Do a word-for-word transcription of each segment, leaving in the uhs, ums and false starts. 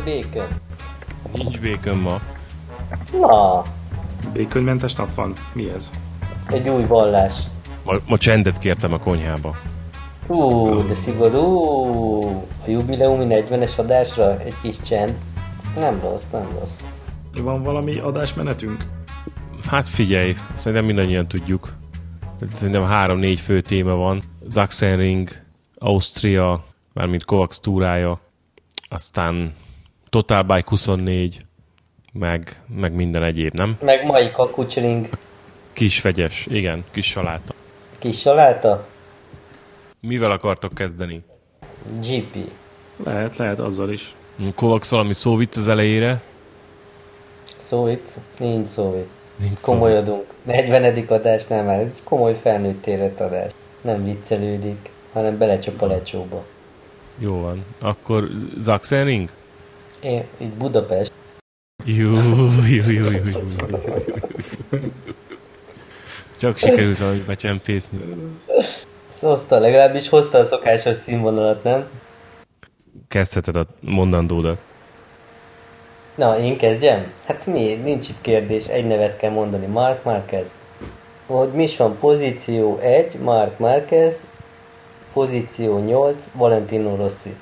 bacon? Nincs bacon ma. Na. Baconmentes nap van. Mi ez? Egy új vallás. Ma, ma csendet kértem a konyhába. Hú, de szigorú. A jubileumi negyvenes adásra egy kis csend. Nem rossz, nem rossz. Van valami adásmenetünk? Hát figyelj, szerintem mindannyian tudjuk. Szerintem három-négy fő téma van. Sachsenring, Ausztria, mármint Kovacs túrája, aztán Total Bike huszonnégy, meg, meg minden egyéb, nem? Meg mai kakucsring. Kisvegyes, igen, kis saláta. Kis saláta? Mivel akartok kezdeni? gé pé. Lehet, lehet azzal is. Kovacs valami szóvic az elejére? Szóvic? Nincs szóvic. Nincs Komolyodunk. negyvenedik adás nem már. Egy komoly felnőtt életadás. Nem viccelődik, hanem belecsap a lecsóba. Jó van. Akkor Sachsenring? Én, itt Budapest. Jó, jó, jó, jó, jó. Csak sikerült valahogy becsempészni. Hozta, legalábbis hozta a szokásos színvonalat, nem? Kezdheted a mondandódat. Na, én kezdjem? Hát mi? Nincs itt kérdés, egy nevet kell mondani. Marc Márquez. Hogy mi is van? Pozíció egy, Marc Márquez. Pozíció nyolc, Valentino Rossi.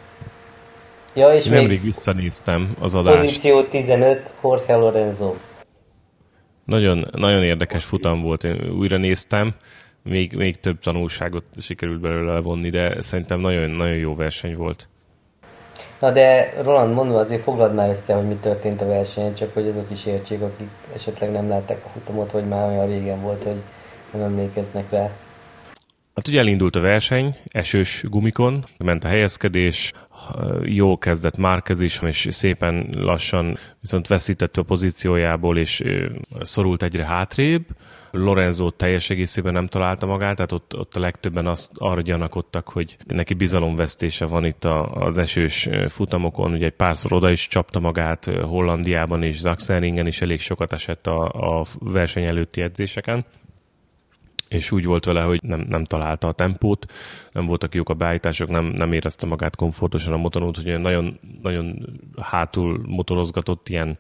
Ja, és Nemrég még visszanéztem az adást. pozíció tizenöt, Jorge Lorenzo. Nagyon, nagyon érdekes futam volt, én újra néztem, még, még több tanulságot sikerült belőle levonni, de szerintem nagyon, nagyon jó verseny volt. Na de Roland, mondva azért foglald már össze, hogy mi történt a versenyen, csak hogy azok is értsék, akik esetleg nem látták a futamot, hogy már olyan régen volt, hogy nem emlékeznek rá. Hát ugye elindult a verseny, esős gumikon, ment a helyezkedés, jól kezdett Márquez is, és szépen lassan viszont veszített a pozíciójából, és szorult egyre hátrébb. Lorenzo teljes egészében nem találta magát, tehát ott, ott a legtöbben azt, arra gyanakodtak, hogy neki bizalomvesztése van itt a, az esős futamokon. Ugye egy párszor oda is csapta magát Hollandiában és Sachsenringen is elég sokat esett a, a verseny előtti edzéseken. És úgy volt vele, hogy nem, nem találta a tempót, nem voltak jók a beállítások, nem, nem érezte magát komfortosan a motoron, hogy nagyon, nagyon hátul motorozgatott ilyen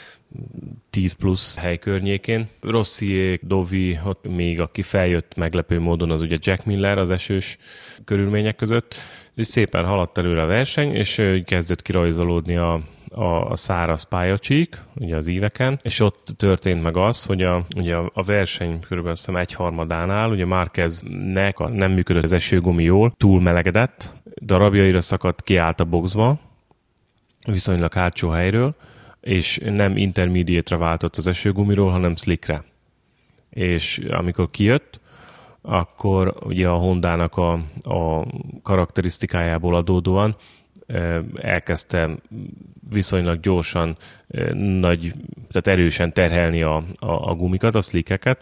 tíz plusz hely környékén. Rossi, Dovi, ott még aki feljött meglepő módon, az ugye Jack Miller az esős körülmények között, és szépen haladt előre a verseny, és kezdett kirajzolódni a a száraz pályacsík, ugye az íveken, és ott történt meg az, hogy a, ugye a verseny körülbelül azt hiszem egyharmadánál, ugye Márqueznek nem működött az esőgumi jól, túl melegedett, darabjaira szakadt, kiállt a boxba, viszonylag hátsó helyről, és nem intermediate-re váltott az esőgumiról, hanem slickre. És amikor kijött, akkor ugye a Hondának a, a karakterisztikájából adódóan elkezdte viszonylag gyorsan, nagy, tehát erősen terhelni a, a, a gumikat, a slickeket,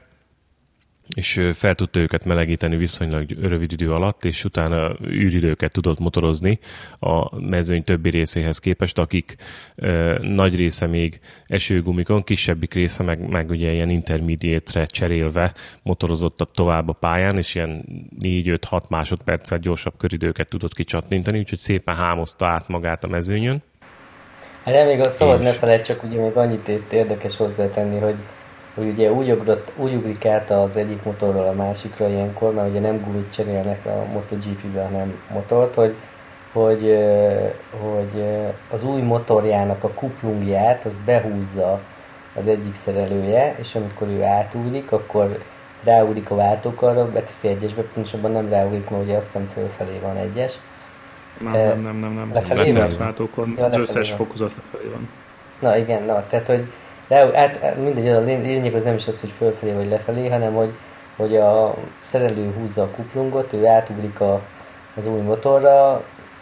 és fel tudta őket melegíteni viszonylag rövid idő alatt, és utána űridőket tudott motorozni a mezőny többi részéhez képest, akik ö, nagy része még esőgumikon, kisebbik része meg, meg ugye ilyen intermediate-re cserélve motorozott tovább a pályán, és ilyen négy-öt-hat másodperccel gyorsabb köridőket tudott kicsatnintani, úgyhogy szépen hámozta át magát a mezőnyön. Hát de még a szabad ne felejt, csak ugye még annyit érdekes hozzátenni, hogy hogy ugye úgy, ugrott, úgy ugrik át az egyik motorról a másikra ilyenkor, mert ugye nem gumit cserélnek a MotoGP-ben, hanem motort, hogy, hogy, hogy az új motorjának a kuplungját az behúzza az egyik szerelője, és amikor ő átugrik, akkor ráugrik a váltókarra, beteszi egyesbe, pontosabban nem ráugrik, mert ugye azt hiszem fölfelé van egyes. Nem, nem, nem, nem, nem. Lefelé Az váltókon ja, az összes van. Fokozat lefelé van. Na igen, na, tehát hogy de át, mindegy, a lényeg az nem is az, hogy fölfelé vagy lefelé, hanem hogy, hogy a szerelő húzza a kuplungot, ő átugrik a, az új motorra,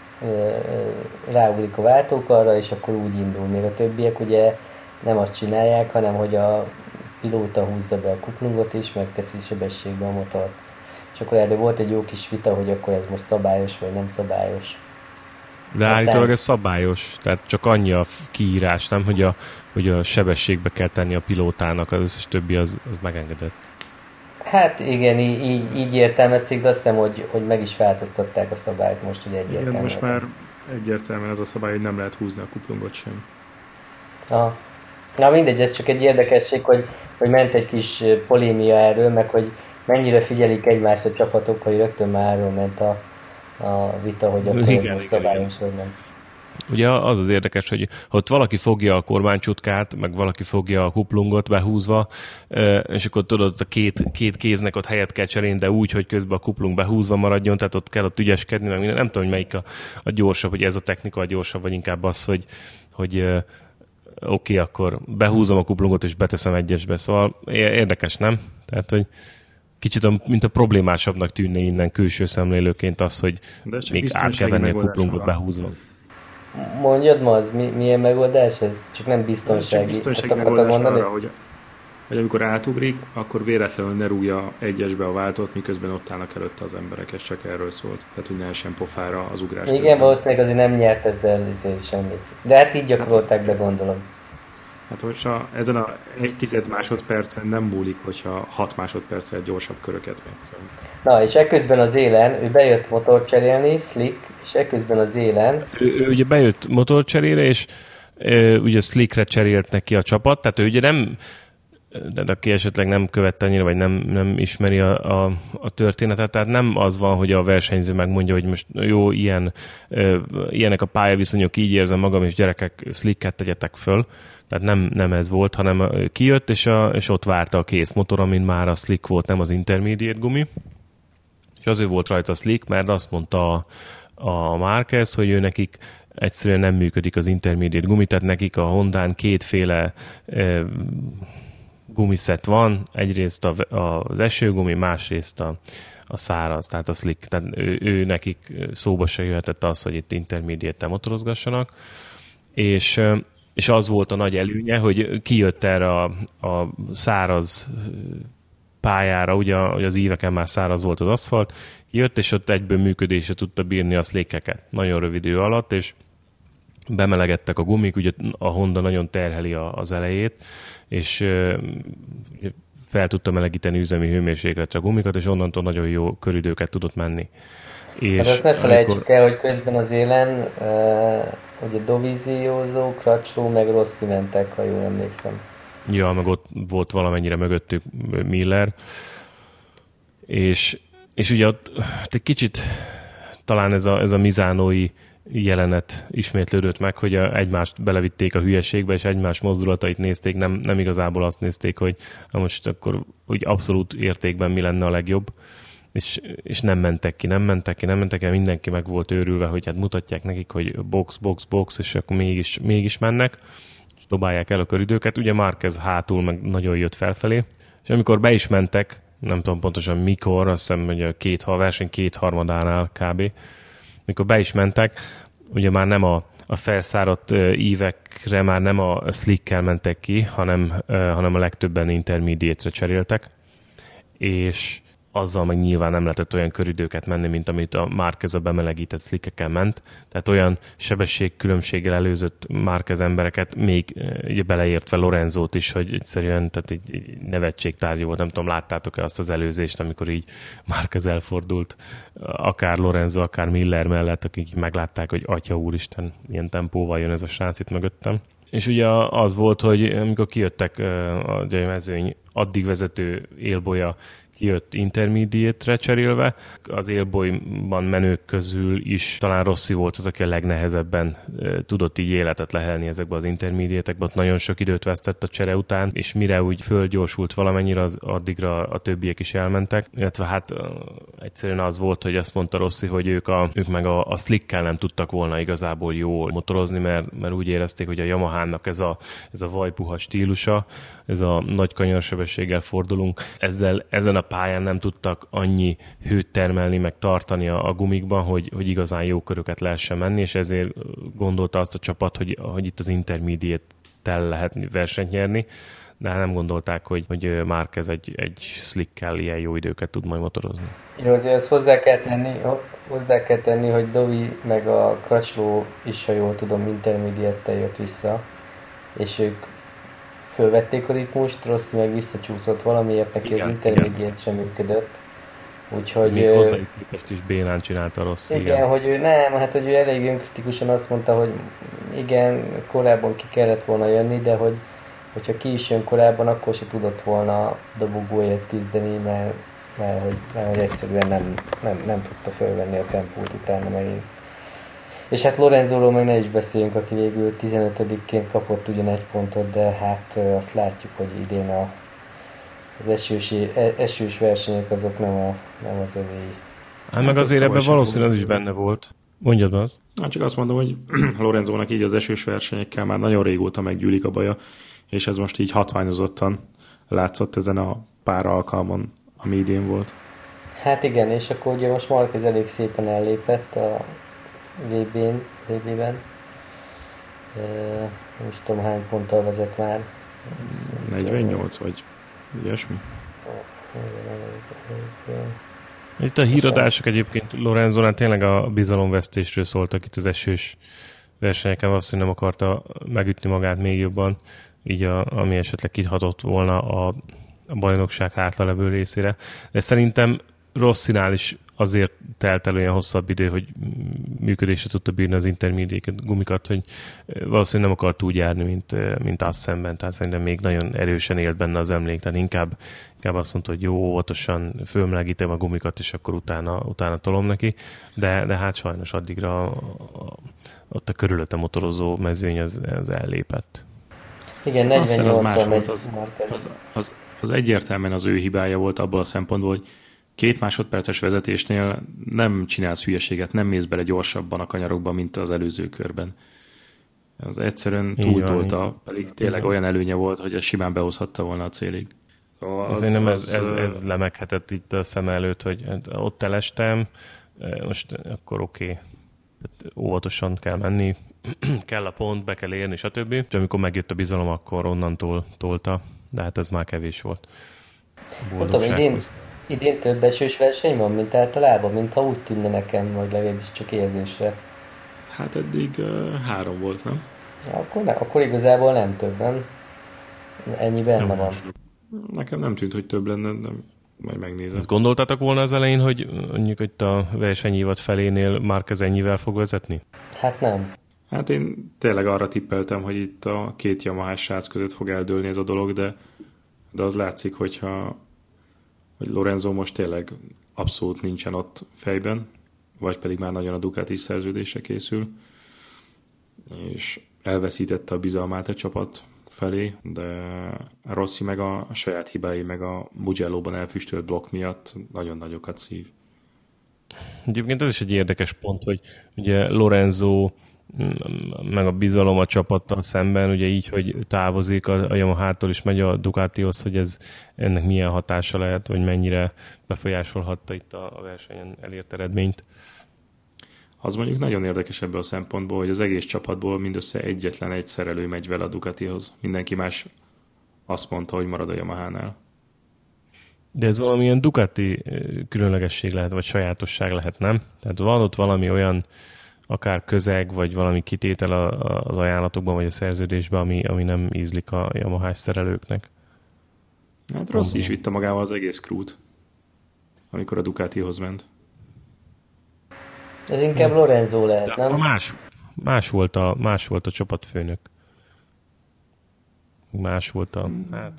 ráugrik a váltókarra, és akkor úgy indul. Még a többiek ugye nem azt csinálják, hanem hogy a pilóta húzza be a kuplungot is, megteszi sebességbe a motort. És akkor erre volt egy jó kis vita, hogy akkor ez most szabályos vagy nem szabályos. De állítólag ez szabályos, tehát csak annyi a kiírás, nem, hogy a, hogy a sebességbe kell tenni a pilótának, az összes többi az, az megengedett. Hát igen, így, így, így értelmezték, de azt hiszem, hogy, hogy meg is változtatták a szabályt most, hogy egyértelműen. Igen, most már egyértelműen ez a szabály, hogy nem lehet húzni a kuplungot sem. Aha. Na mindegy, ez csak egy érdekesség, hogy, hogy ment egy kis polémia erről, meg hogy mennyire figyelik egymást a csapatok, hogy rögtön már arról ment a, a vita, hogy akkor igen, most szabályos vagy nem. Ugye az az érdekes, hogy ha ott valaki fogja a kormánycsutkát, meg valaki fogja a kuplungot behúzva, és akkor tudod, a két, két kéznek ott helyet kell cserélni, de úgy, hogy közben a kuplung behúzva maradjon, tehát ott kell ott ügyeskedni, meg minden. Nem tudom, hogy melyik a, a gyorsabb, hogy ez a technika a gyorsabb, vagy inkább az, hogy, hogy oké, okay, akkor behúzom a kuplungot, és beteszem egyesbe. Szóval érdekes, nem? Tehát, hogy kicsit mint a problémásabbnak tűnne innen külső szemlélőként az, hogy még át kell venni a kuplungot behúzva. Mondjad ma, az mi, milyen megoldás ez? Csak nem biztonsági. Csak biztonsági megoldás arra, hogy, hogy amikor átugrik, akkor véletlenül ne rúgja egyesbe a váltót, miközben ott állnak előtte az emberek, ez csak erről szólt. Tehát, hogy ne essen pofára az ugrás. Igen, közben. Valószínűleg azért nem nyert ezzel semmit. De hát így gyakorolták hát, be, gondolom. Hát hogyha ezen a egy tized másodpercen nem múlik, hogyha hat másodperccel gyorsabb köröket mész. Na, és ekközben az élen, ő bejött motort cserélni, Slick, és ekközben az élen... Ő, ő ugye bejött motort cserélni, és ő, ugye Slickre cserélt neki a csapat, tehát ő ugye nem, de aki esetleg nem követte annyira, vagy nem, nem ismeri a, a, a történetet, tehát nem az van, hogy a versenyző megmondja, hogy most jó, ilyen, ö, ilyenek a pályaviszonyok, így érzem magam, és gyerekek, Slicket tegyetek föl. Tehát nem, nem ez volt, hanem kijött, és, a, és ott várta a kész motor, amin már a Slick volt, nem az intermediate gumi. És azért volt rajta a Slick, mert azt mondta a, a Márquez, hogy ő nekik egyszerűen nem működik az intermediate gumi, tehát nekik a Hondán kétféle e, gumiszett van, egyrészt a, a, az esőgumi, másrészt a, a száraz, tehát a Slick. Tehát ő, ő nekik szóba se jöhetett az, hogy itt intermediate-tel motorozgassanak. És És az volt a nagy előnye, hogy kijött erre a, a száraz pályára, ugye az íveken már száraz volt az aszfalt, kijött, és ott egyből működésre tudta bírni a szlékeket nagyon rövid idő alatt, és bemelegettek a gumik, ugye a Honda nagyon terheli az elejét, és fel tudta melegíteni üzemi hőmérsékletre a gumikat, és onnantól nagyon jó köridőket tudott menni. És hát azt ne felejtsük amikor... el, hogy közben az élen uh, ugye Dovizioso, Crutchlow meg Rossi mentek, ha jól emlékszem. Ja, meg ott volt valamennyire mögöttük Miller. És, és ugye ott egy kicsit talán ez a, ez a Misánói jelenet ismétlődött meg, hogy a, egymást belevitték a hülyeségbe, és egymás mozdulatait nézték, nem, nem igazából azt nézték, hogy na most akkor úgy abszolút értékben mi lenne a legjobb. És, és nem mentek ki, nem mentek ki, nem mentek ki, mindenki meg volt őrülve, hogy hát mutatják nekik, hogy box, box, box, és akkor mégis, mégis mennek, és dobálják el a köridőket. Ugye Márquez hátul meg nagyon jött felfelé, és amikor be is mentek, nem tudom pontosan mikor, azt hiszem, hogy a, két, a verseny kétharmadánál kb. Mikor be is mentek, ugye már nem a, a felszáradt ívekre már nem a slickkel mentek ki, hanem, hanem a legtöbben intermediate-re cseréltek, és azzal meg nyilván nem lehetett olyan köridőket menni, mint amit a Márquez a bemelegített slickekkel ment. Tehát olyan sebességkülönbséggel előzött Márquez embereket, még ugye beleértve Lorenzót is, hogy egyszerűen tehát egy, egy nevetségtárgya volt. Nem tudom, láttátok-e azt az előzést, amikor így Márquez elfordult, akár Lorenzo, akár Miller mellett, akik meglátták, hogy atya úristen, milyen tempóval jön ez a srác itt mögöttem. És ugye az volt, hogy amikor kijöttek a mezőny addig vezető élbolya, kijött intermediate-re cserélve. Az élbolyban menők közül is talán Rossi volt az, aki a legnehezebben e, tudott így életet lehelni ezekbe az intermediate-ekbe. Ott nagyon sok időt vesztett a csere után, és mire úgy fölgyorsult valamennyire, az addigra a többiek is elmentek. Illetve hát e, egyszerűen az volt, hogy azt mondta Rossi, hogy ők, a, ők meg a, a slickkel nem tudtak volna igazából jól motorozni, mert, mert úgy érezték, hogy a Yamahának ez a, ez a vajpuha stílusa, ez a nagy kanyarsebességgel fordulunk, ezzel, ezen a pályán nem tudtak annyi hőt termelni, meg tartani a, a gumikban, hogy, hogy igazán jó köröket lehessen menni, és ezért gondolta azt a csapat, hogy, hogy itt az intermediate-tel lehet versenyt nyerni, de nem gondolták, hogy, hogy Márquez egy, egy slickkel ilyen jó időket tud majd motorozni. Jó, azért azt hozzá kell tenni, hozzá kell tenni, hogy Dovi meg a Crutchlow is, ha jól tudom, intermediate-tel jött vissza, és ők fölvették a ritmust, Rossi meg visszacsúszott valamiért, neki igen, az intermediate sem működött. Úgyhogy... Még hozzájuk képest is bénán csinálta rossz. Igen, igen, hogy ő nem, hát hogy ő elég önkritikusan azt mondta, hogy igen, korábban ki kellett volna jönni, de hogy hogyha ki is jön korábban, akkor se tudott volna dobogóért küzdeni, mert, mert, hogy, mert hogy egyszerűen nem, nem, nem tudta fölvenni a tempót utána megint. És hát Lorenzóról meg ne is beszéljünk, aki végül tizenötödikként kapott ugyan egy pontot, de hát azt látjuk, hogy idén a, az esős, esős versenyek azok nem, a, nem az övéi. Hát meg azért ebben valószínűleg is benne volt. Mondjad az. Hát csak azt mondom, hogy Lorenzónak így az esős versenyekkel már nagyon régóta meggyűlik a baja, és ez most így hatványozottan látszott ezen a pár alkalmon, ami idén volt. Hát igen, és akkor ugye most Marquez elég szépen ellépett a vé bén, vé bében. Nem is tudom hány ponttal vezet már. negyvennyolc vagy ilyesmi? Itt a híradások egyébként Lorenzónál tényleg a bizalomvesztésről szóltak itt az esős versenyeken, valószínűleg nem akarta megütni magát még jobban, így a, ami esetleg kihatott volna a, a bajnokság hátralevő részére. De szerintem Rossinál is azért telt el olyan hosszabb idő, hogy működésre tudta bírni az intermediate gumikat, hogy valószínűleg nem akart úgy járni, mint, mint azt szemben, tehát szerintem még nagyon erősen élt benne az emlék, tehát inkább, inkább azt mondta, hogy jó, óvatosan fölmelegítem a gumikat, és akkor utána, utána tolom neki, de, de hát sajnos addigra a, a, ott a körülötte motorozó mezőny az, az ellépett. Igen, negyvennyolcra megy. Az, az, az, az egyértelműen az ő hibája volt abból a szempontból, hogy két másodperces vezetésnél nem csinálsz hülyeséget, nem mész bele gyorsabban a kanyarokba, mint az előző körben. Az egyszerűen túltolta, pedig tényleg olyan előnye volt, hogy ez simán behozhatta volna a célig. Szóval az, nem ez, ez, ez lemeghetett itt a szem előtt, hogy ott elestem, most akkor oké, okay. Óvatosan kell menni, kell a pont, be kell érni, stb. És amikor megjött a bizalom, akkor onnantól tolta, de hát ez már kevés volt. Mondtam, idén, idén több esős verseny van, mint általában, mintha úgy tűnne nekem, vagy legalábbis csak érzésre. Hát eddig uh, három volt, nem? Akkor, ne, akkor igazából nem több, nem? Ennyi benne nem van. Nekem nem tűnt, hogy több lenne, de majd megnézem. Ezt gondoltátok volna az elején, hogy mondjuk itt a versenyévad felénél Marquez ennyivel fog vezetni? Hát nem. Hát én tényleg arra tippeltem, hogy itt a két Yamahás srác között fog eldőlni ez a dolog, de, de az látszik, hogyha hogy Lorenzo most tényleg abszolút nincsen ott fejben, vagy pedig már nagyon a Ducati szerződésre készül, és elveszítette a bizalmát a csapat felé, de Rossi meg a saját hibái, meg a Mugello-ban elfüstölt blokk miatt nagyon nagyokat szív. Egyébként ez is egy érdekes pont, hogy ugye Lorenzo meg a bizalom a csapattal szemben, ugye így, hogy távozik a, a Yamahától és megy a Ducatihoz, hogy ez ennek milyen hatása lehet, vagy mennyire befolyásolhatta itt a, a versenyen elért eredményt. Az mondjuk nagyon érdekes ebből a szempontból, hogy az egész csapatból mindössze egyetlen egy szerelő megy vele a Ducatihoz. Mindenki más azt mondta, hogy marad a Yamahánál. De ez valamilyen Ducati különlegesség lehet, vagy sajátosság lehet, nem? Tehát van ott valami olyan akár közeg, vagy valami kitétel az ajánlatokban, vagy a szerződésben, ami, ami nem ízlik a Yamahás szerelőknek. Hát Rossz is vitte magával az egész crewt, amikor a Ducatihoz ment. Ez inkább Lorenzo lehet, de nem? Más, más, volt a, más volt a csapatfőnök. Más volt a... Hát...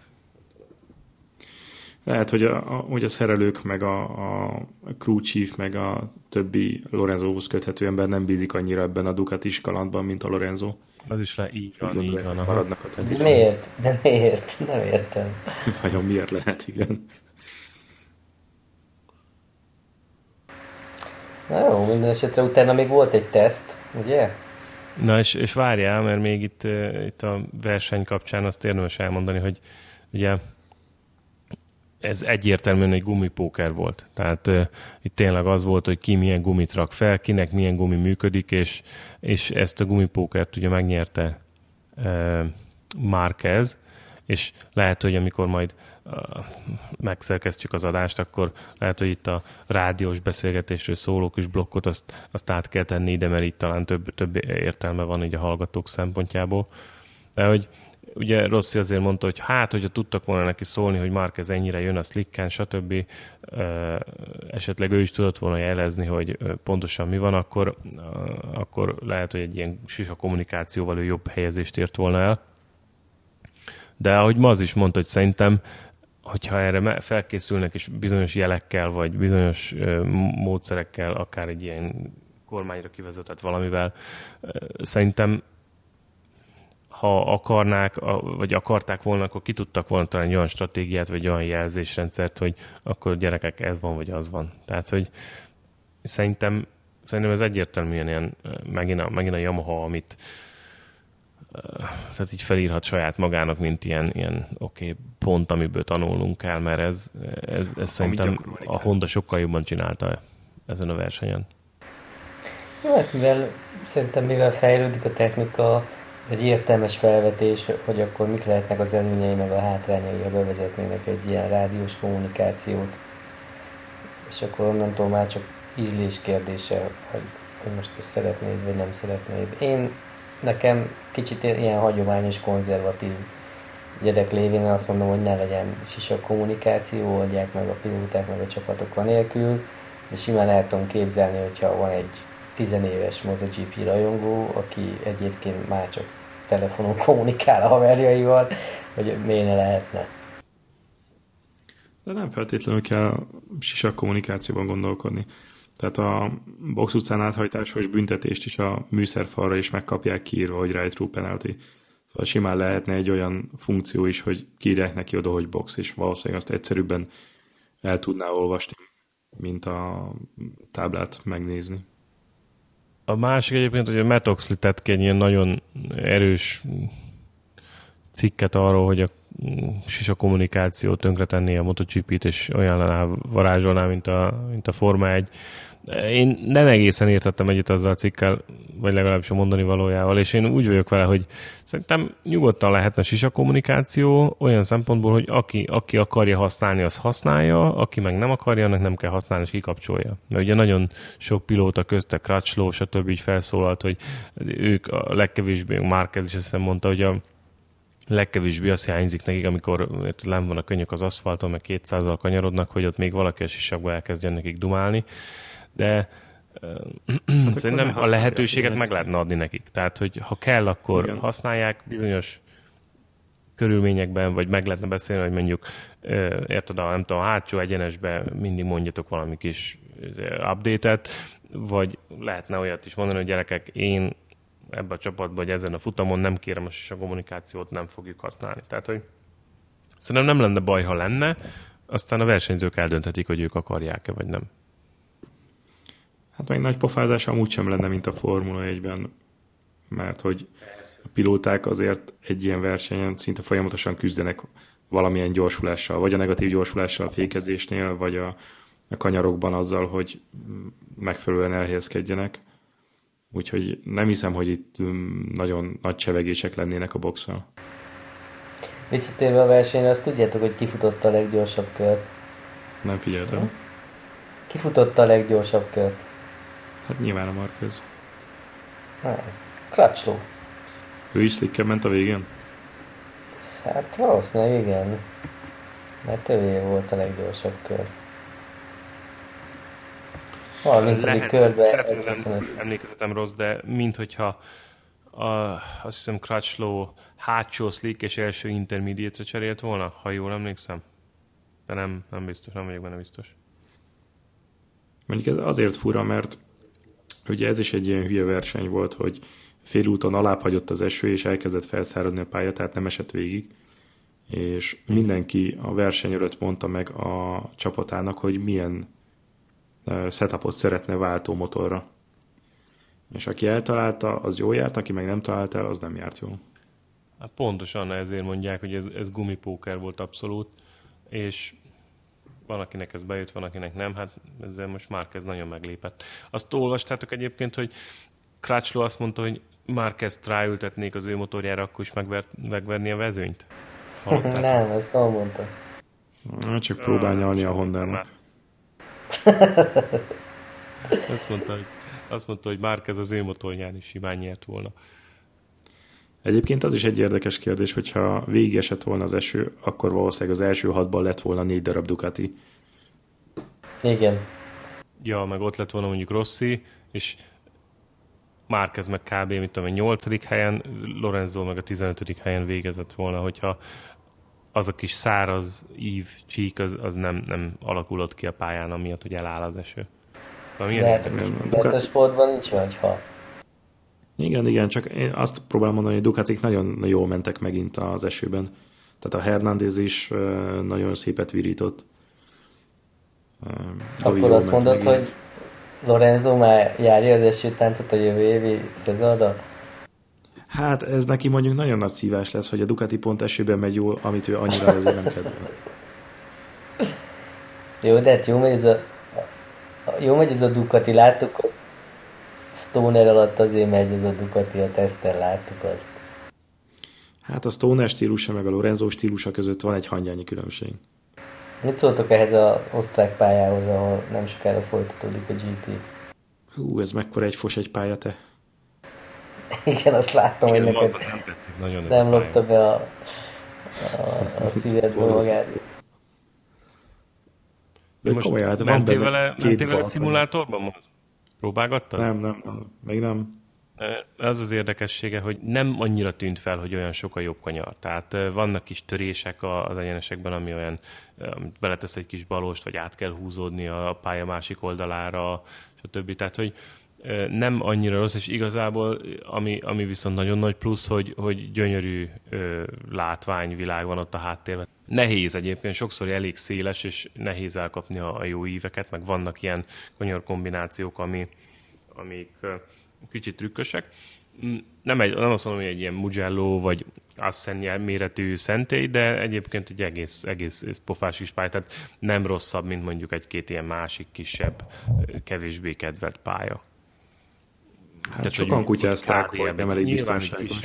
Lehet, hogy a, a, hogy a szerelők, meg a, a crew chief, meg a többi Lorenzóhoz köthető ember nem bízik annyira ebben a Ducatis kalandban, mint a Lorenzo. Az is le, így van, így van. Maradnak a de miért? De miért? Nem értem. Vajon miért lehet, igen. Na jó, minden esetre utána még volt egy teszt, ugye? Na és, és várjál, mert még itt, itt a verseny kapcsán azt érdemes elmondani, hogy ugye ez egyértelműen egy gumipóker volt. Tehát uh, itt tényleg az volt, hogy ki milyen gumit rak fel, kinek milyen gumi működik, és, és ezt a gumipókert ugye megnyerte uh, Marquez, és lehet, hogy amikor majd uh, megszerkesztjük az adást, akkor lehet, hogy itt a rádiós beszélgetésről szóló kis blokkot azt, azt át kell tenni ide, mert itt talán több, több értelme van így a hallgatók szempontjából. De hogy ugye Rossi azért mondta, hogy hát, hogyha tudtak volna neki szólni, hogy Márquez ennyire jön a slicken, stb. Esetleg ő is tudott volna jelezni, hogy pontosan mi van, akkor, akkor lehet, hogy egy ilyen sisa kommunikációval ő jobb helyezést ért volna el. De ahogy ma az is mondta, hogy szerintem, hogyha erre felkészülnek és bizonyos jelekkel, vagy bizonyos módszerekkel, akár egy ilyen kormányra kivezetett valamivel, szerintem ha akarnák, vagy akarták volna, akkor ki tudtak volna találni egy olyan stratégiát, vagy olyan jelzésrendszert, hogy akkor gyerekek, ez van, vagy az van. Tehát, hogy szerintem, szerintem ez egyértelműen ilyen, megint a, megint a Yamaha, amit tehát így felírhat saját magának, mint ilyen, ilyen oké, okay, pont, amiből tanulnunk kell, mert ez, ez, ez szerintem a Honda sokkal jobban csinálta ezen a versenyen. Hát, mivel szerintem mivel fejlődik a technika, egy értelmes felvetés, hogy akkor mik lehetnek az előnyei meg a hátrányai, ha bevezetnének egy ilyen rádiós kommunikációt. És akkor onnantól már csak ízlés kérdése, hogy, hogy most ezt szeretnéd, vagy nem szeretnéd. Én nekem kicsit ilyen hagyományos, konzervatív gyerek lévén azt mondom, hogy ne legyen sisa kommunikáció, oldják meg a pilóták, meg a csapatok anélkül, de simán el tudom képzelni, hogyha van egy tizenéves MotoGP rajongó, aki egyébként már csak telefonon kommunikál a haverjaival, hogy miért ne lehetne. De nem feltétlenül kell sisa kommunikációban gondolkodni. Tehát a box utcán áthajtásos büntetést is a műszerfalra is megkapják kiírva, hogy ride-through penalty. Szóval simán lehetne egy olyan funkció is, hogy kiírják neki oda, hogy box, és valószínűleg azt egyszerűbben el tudná olvasni, mint a táblát megnézni. A másik egyébként, hogy a Matt Oxley tett ki egy ilyen nagyon erős cikket arról, hogy a sisa kommunikáció tönkretenné a MotoGP-t, és olyan varázsolná, mint a, mint a Forma egy. Én nem egészen értettem egyet azzal a cikkel, vagy legalábbis a mondani valójával, és én úgy vagyok vele, hogy szerintem nyugodtan lehetne sisa kommunikáció olyan szempontból, hogy aki, aki akarja használni, az használja, aki meg nem akarja, annak nem kell használni, és kikapcsolja. Mert ugye nagyon sok pilóta közte, Crutchlow, stb. Így felszólalt, hogy ők a legkevésbé, Márquez is azt hiszem mondta, hogy a legkevésbé azt hiányzik nekik, amikor lenn van a könnyök az aszfalton, meg kétszázzal kanyarodnak, hogy ott még valaki a sisakba elkezdjen nekik dumálni. De hát szerintem a lehetőséget meg lehetne adni nekik. Tehát, hogy ha kell, akkor igen, használják bizonyos körülményekben, vagy meg lehetne beszélni, hogy mondjuk érted, a, nem tudom, a hátsó egyenesben mindig mondjatok valami kis update-et, vagy lehetne olyat is mondani, hogy gyerekek, én ebbe a csapatban, vagy ezen a futamon nem kérem a sisa kommunikációt, nem fogjuk használni. Tehát, hogy szerintem nem lenne baj, ha lenne, aztán a versenyzők eldönthetik, hogy ők akarják-e, vagy nem. Hát meg nagy pofázás amúgy sem lenne, mint a Formula egyben, mert hogy a pilóták azért egy ilyen versenyen szinte folyamatosan küzdenek valamilyen gyorsulással, vagy a negatív gyorsulással a fékezésnél, vagy a, a kanyarokban azzal, hogy megfelelően elhelyezkedjenek. Úgyhogy nem hiszem, hogy itt nagyon nagy csevegések lennének a boxsal. Visszatérve a versenyre, azt tudjátok, hogy kifutotta a leggyorsabb kört? Nem figyeltem. Hm? Kifutotta a leggyorsabb kört? Hát nyilván a Márquez. Crutchlow. Ő is slicken ment a végén? Hát valószínűleg igen. Mert ővé volt a leggyorsabb kör. harmincadik körben emlékezetem rossz, de minthogyha a, azt hiszem Crutchlow hátsó slick és első intermediate-re cserélt volna, ha jól emlékszem. De nem, nem biztos, nem vagyok benne biztos. Mondjuk ez azért fura, mert ugye ez is egy ilyen hülye verseny volt, hogy félúton alább hagyott az eső, és elkezdett felszáradni a pálya, tehát nem esett végig. És mindenki a verseny előtt mondta meg a csapatának, hogy milyen setupot szeretne váltó motorra. És aki eltalálta, az jól járt, aki meg nem talált el, az nem járt jól. Hát pontosan ezért mondják, hogy ez, ez gumipóker volt abszolút, és van, akinek ez bejött, van, akinek nem, hát ezzel most Márquez nagyon meglépett. Azt olvastátok egyébként, hogy Crutchlow azt mondta, hogy Márquezt ráültetnék az ő motorjára, akkor is megver, megverni a vezőnyt? Nem, ezt jól mondta. Na, csak próbál nyalni a Hondának. Azt mondta, hogy, azt mondta, hogy Márquez az ő motorján is simán nyert volna. Egyébként az is egy érdekes kérdés, hogyha végig esett volna az eső, akkor valószínűleg az első hatban lett volna négy darab Ducati. Igen. Ja, meg ott lett volna mondjuk Rossi, és Márquez meg kb. Mit tudom, a nyolcadik helyen, Lorenzo meg a tizenötödik helyen végezett volna, hogyha az a kis száraz ív, csík, az, az nem, nem alakulott ki a pályán, amiatt, hogy eláll az eső. Mert a sportban nincs vagy ha. Igen, igen, csak én azt próbálom mondani, hogy Ducatik nagyon jól mentek megint az esőben. Tehát a Hernández is nagyon szépet virított. Akkor azt mondod, megint. Hogy Lorenzo már járja az esőtáncot a jövő évi szezonra? Hát ez neki mondjuk nagyon nagy szívás lesz, hogy a Ducati pont esőben megy jól, amit ő annyira azért nem kedvel. Jó, de hát jó megy ez a, jó megy ez a Ducati, láttuk, hogy Stoner alatt azért megy ez a Ducati, a teszten láttuk azt. Hát a Stoner stílusa meg a Lorenzo stílusa között van egy hangyányi különbség. Mit szóltok ehhez az osztrák pályához, ahol nem sokára folytatódik a gé pé? Hú, ez mekkora egy fos egy pálya, te. Igen, azt láttam, igen, hogy neked nem, tetszik, nagyon nem lopta be a, a, a szívedből magát. De most komolyan, hát van benne vele, mentél vele szimulátorban most? Próbálgattad? Nem, nem, nem, még nem. Az az érdekessége, hogy nem annyira tűnt fel, hogy olyan sok a jobb kanyar. Tehát vannak kis törések az egyenesekben, ami olyan, amit beletesz egy kis balost, vagy át kell húzódni a pálya másik oldalára, stb. Tehát, hogy nem annyira rossz, és igazából, ami, ami viszont nagyon nagy plusz, hogy, hogy gyönyörű ö, látványvilág van ott a háttérben. Nehéz egyébként, sokszor elég széles, és nehéz elkapni a, a jó íveket, meg vannak ilyen kanyar kombinációk, ami, amik ö, kicsit trükkösek. Nem, egy, nem azt mondom, hogy egy ilyen Mugello, vagy Assen méretű szentély, de egyébként egy egész, egész pofás kis pálya, tehát nem rosszabb, mint mondjuk egy-két ilyen másik, kisebb, kevésbé kedvelt pálya. Hát tehát, sokan kutyázták, hogy nem elég biztonságos.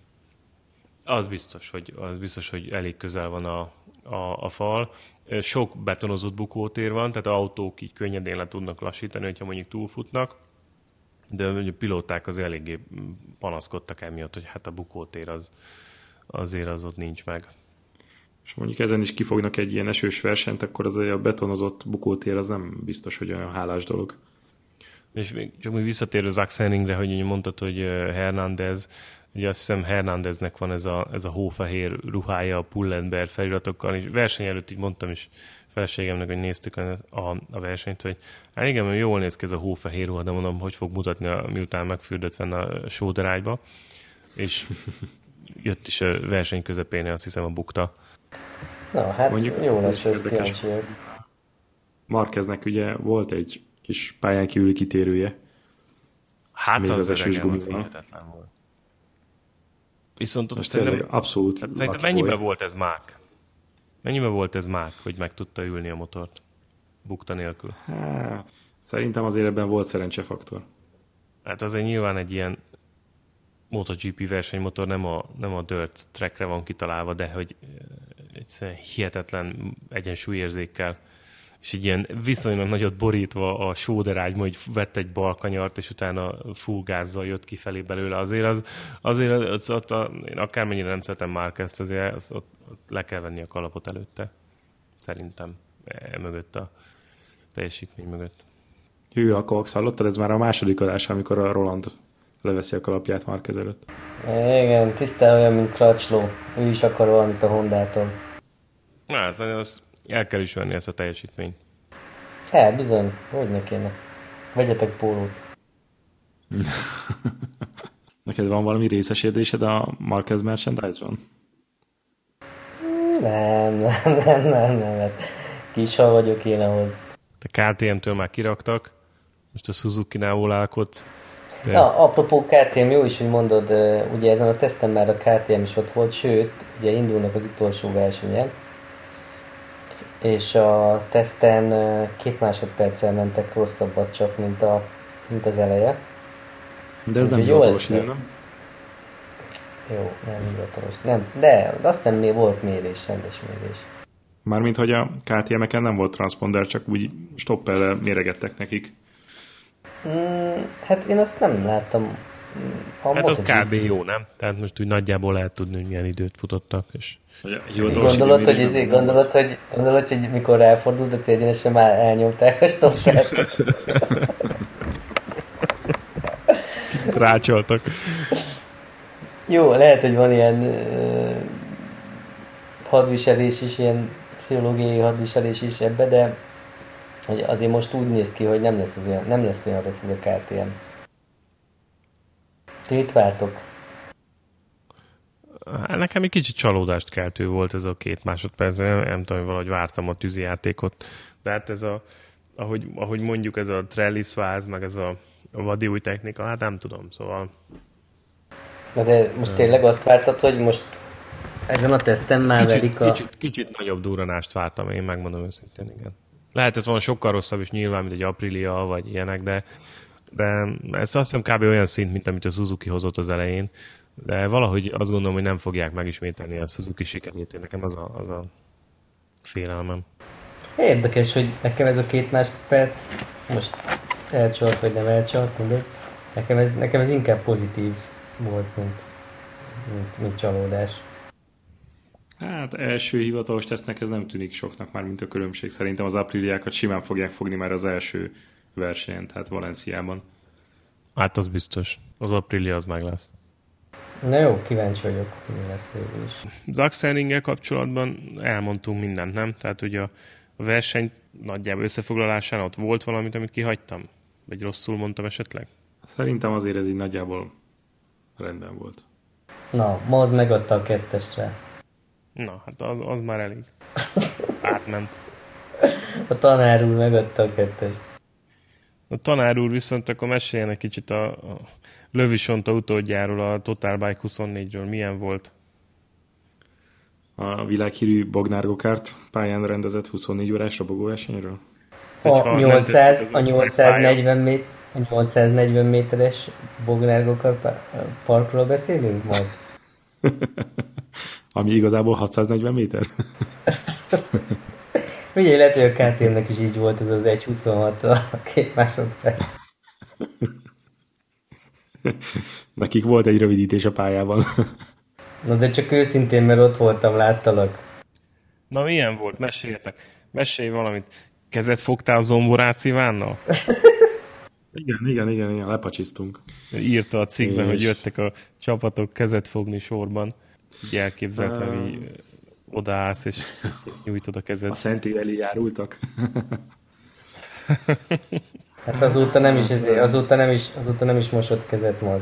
Az biztos, hogy, az biztos, hogy elég közel van a, a, a fal. Sok betonozott bukótér van, tehát autók így könnyedén le tudnak lassítani, hogyha mondjuk túlfutnak, de a pilóták az eléggé panaszkodtak emiatt, hogy hát a bukótér az, azért az ott nincs meg. És mondjuk ezen is kifognak egy ilyen esős versenyt, akkor az a betonozott bukótér az nem biztos, hogy olyan hálás dolog. És még csak még visszatérve Zach Senningre, hogy mondtad, hogy Hernández, ugye azt hiszem Hernándeznek van ez a, ez a hófehér ruhája a Pullenberg feliratokkal, és verseny előtt így mondtam is feleségemnek, hogy néztük a, a, a versenyt, hogy hát igen, jól néz ki ez a hófehér ruha, de mondom, hogy fog mutatni, miután megfürdött fenn a sóderágyba, és jött is a verseny közepén, azt hiszem a bukta. Na, hát mondjuk jó lesz, ez kíváncsi. Márqueznek ugye volt egy kis pályán kívüli kitérője. Hát még az, az esős gumival. Volt. Viszont ott szerintem abszolút. Szerintem mennyiben volt ez mák? Mennyiben volt ez mák, hogy meg tudta ülni a motort bukta nélkül? Hát, szerintem azért ebben volt szerencsefaktor. Hát azért nyilván egy ilyen MotoGP versenymotor nem a, nem a dirt trackre van kitalálva, de hogy egyszerűen hihetetlen egyensúlyérzékkel és így ilyen viszonylag nagyot borítva a sóderágyma, hogy vett egy balkanyart, és utána full gázzal jött kifelé belőle. Azért az, azért az, az, az, az, én akármennyire nem szeretem Márquezt, azért az, ott, ott le kell venni a kalapot előtte. Szerintem e mögött a teljesítmény mögött. Hű, a Cox, hallottad? Ez már a második adás, amikor a Roland leveszi a kalapját Márquez előtt. Igen, tisztán olyan, mint Crutchlow. Ő is akar valamit a Hondától. Na, ez az el kell ismerni ezt a teljesítményt. Hát, bizony. Hogy ne kéne. Vegyetek pólót. Neked van valami részesedésed a Márquez merchandise-on? Nem, nem, nem, nem, nem. Hát kishal vagyok én ahhoz. A ká té em-től már kiraktak. Most a Suzuki-nál volálkodsz. De... Na, apropó ká té em, jó is, hogy mondod, ugye ezen a teszten már a ká té em is ott volt, sőt, ugye indulnak az utolsó versenyen, és a teszten két másodperccel mentek rosszabbat csak, mint, a, mint az eleje. De ez nem hivatalos, nem? nem? Jó, nem hivatalos. Nem, de azt nem még volt mérés, rendes mérés. Mármint, hogy a ká té em-eken nem volt transponder, csak úgy stoppellel méregettek nekik. Mm, hát én azt nem láttam A Hát az MotoGP. kb. Jó, nem? Tehát most úgy nagyjából lehet tudni, hogy milyen időt futottak. És... Gondolod, hogy, izé, gondolod, hogy, gondolod, hogy mikor elfordult a céldinesen már elnyomták a stoppert? Rácsoltak. Jó, lehet, hogy van ilyen uh, hadviselés is, ilyen pszichológiai hadviselés is ebbe, de hogy azért most úgy néz ki, hogy nem lesz, az olyan, nem lesz olyan rossz ez a ká té em. Ti mit vártok? Hát nekem egy kicsit csalódást keltő volt ez a két másodperc, nem, nem tudom, hogy valahogy vártam a tűzijátékot, de hát ez a, ahogy, ahogy mondjuk ez a trellisváz, meg ez a, a vadi új technika, hát nem tudom, szóval... Na de most tényleg azt vártad, hogy most ezen a teszten már kicsit, verik a... Kicsit, kicsit nagyobb durranást vártam, én megmondom őszintén, igen. Lehetett volna sokkal rosszabb is nyilván, mint egy Aprilia, vagy ilyenek, de, de ez azt hiszem kb. Olyan szint, mint amit a Suzuki hozott az elején, de valahogy azt gondolom, hogy nem fogják megismételni a Suzuki sikerét. Én nekem az a, az a félelmem. Érdekes, hogy nekem ez a két másodperc most elcsalt, vagy nem elcsalt, mindegy. Nekem ez, nekem ez inkább pozitív volt, mint, mint, mint csalódás. Hát első hivatalos tesznek ez nem tűnik soknak már, mint a különbség. Szerintem az Apriliákat simán fogják fogni már az első versenyen, tehát Valenciában. Hát az biztos. Az Aprilia az meg lesz. Na jó, kíváncsi vagyok, mi lesz végül is. Zaxxeringgel kapcsolatban elmondtunk mindent, nem? Tehát ugye a, a verseny nagyjából összefoglalásán ott volt valamit, amit kihagytam? Vagy rosszul mondtam esetleg? Szerintem azért ez így nagyjából rendben volt. Na, ma az megadta a kettesre. Na, hát az, az már elég. Átment. A tanár úr megadta a kettest. A tanár úr viszont akkor meséljen egy kicsit a, a Löwisonta utódjáról, a Total Bike huszonnégyről. Milyen volt? A világhírű Bognár Gokart pályán rendezett huszonnégy órás robogóversenyről? A, nyolcszáz, a, nyolcszáznegyven mét, a nyolcszáznegyven méteres Bognár Gokart parkról beszélünk majd? Ami igazából hatszáznegyven méter? Ugye lehet, hogy a ká té em-nek is így volt ez az egy huszonhat a két másodperc. Nekik volt egy rövidítés a pályában. Na de csak őszintén, mert ott voltam, láttalak. Na milyen volt? Meséljetek. Mesélj valamit. Kezet fogtál Zomborác Ivánnal? Igen, igen, igen, igen, lepacsisztunk. Írta a cikkben, és... hogy jöttek a csapatok kezet fogni sorban. Így elképzeltem, um... hogy odaállsz és nyújtod a kezed. A Szenti elé járultak. Hát azóta nem is, ezért, azóta nem is, azóta nem is mosott kezet majd.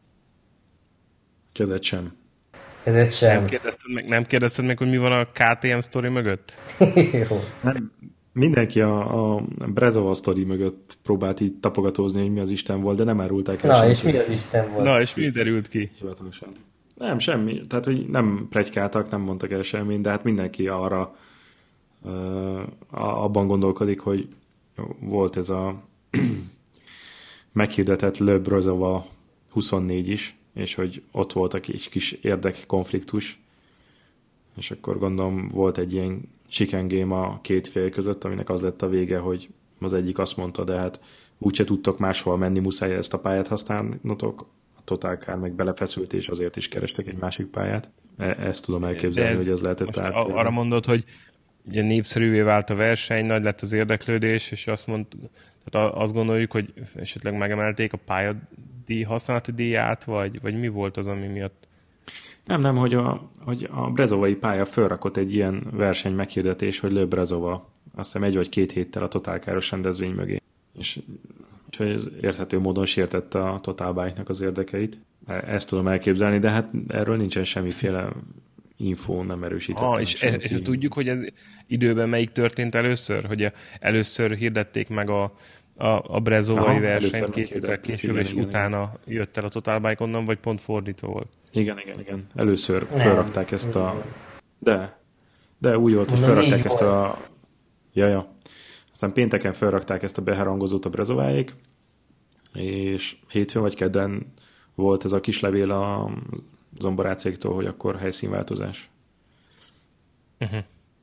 Kezet sem. Kezet sem. Nem kérdezted meg, nem kérdezted meg, hogy mi van a ká té em sztori mögött? Jó. Nem. Mindenki a, a Brezova sztori mögött próbált így tapogatózni, hogy mi az Isten volt, de nem árulták el. Na, senki. és mi az Isten volt? Na, és mi derült ki? Hivatalosan. Nem, semmi. Tehát, hogy nem pregykáltak, nem mondtak el semmit, de hát mindenki arra uh, abban gondolkodik, hogy volt ez a meghirdetett Le Brezova huszonnégy is, és hogy ott volt egy kis érdekkonfliktus, és akkor gondolom volt egy ilyen chicken game a két fél között, aminek az lett a vége, hogy az egyik azt mondta, de hát úgyse tudtok máshol menni, muszáj ezt a pályát használnotok. A Total Car meg belefeszült, és azért is kerestek egy másik pályát. E- ezt tudom elképzelni, ez, hogy ez lehetett át. Arra mondod, hogy ugye népszerűvé vált a verseny, nagy lett az érdeklődés, és azt mond, tehát azt gondoljuk, hogy esetleg megemelték a pályadíj használati díját, vagy, vagy mi volt az, ami miatt? Nem, nem, hogy a, hogy a brezovai pálya fölrakott egy ilyen verseny meghirdetés, hogy Le Brezova, azt hiszem egy vagy két héttel a Total Car-os rendezvény mögé. És, és ez érthető módon sértette a Total Bike-nak az érdekeit. Ezt tudom elképzelni, de hát erről nincsen semmiféle info, nem erősített. Ah, és, és ezt tudjuk, hogy ez időben melyik történt először? Hogy először hirdették meg a, a, a brezovai versenyt két héttel később, és igen, utána igen. jött el a Total Bike onnan, vagy pont fordítva volt? Igen, igen, igen. Először felrakták ezt a... De, de úgy volt, hogy felrakták ezt a... Ja, ja. Aztán pénteken felrakták ezt a beharangozót a brezováék, és hétfőn vagy kedden volt ez a kis levél a zomborácéktól, hogy akkor helyszínváltozás. Uh-huh.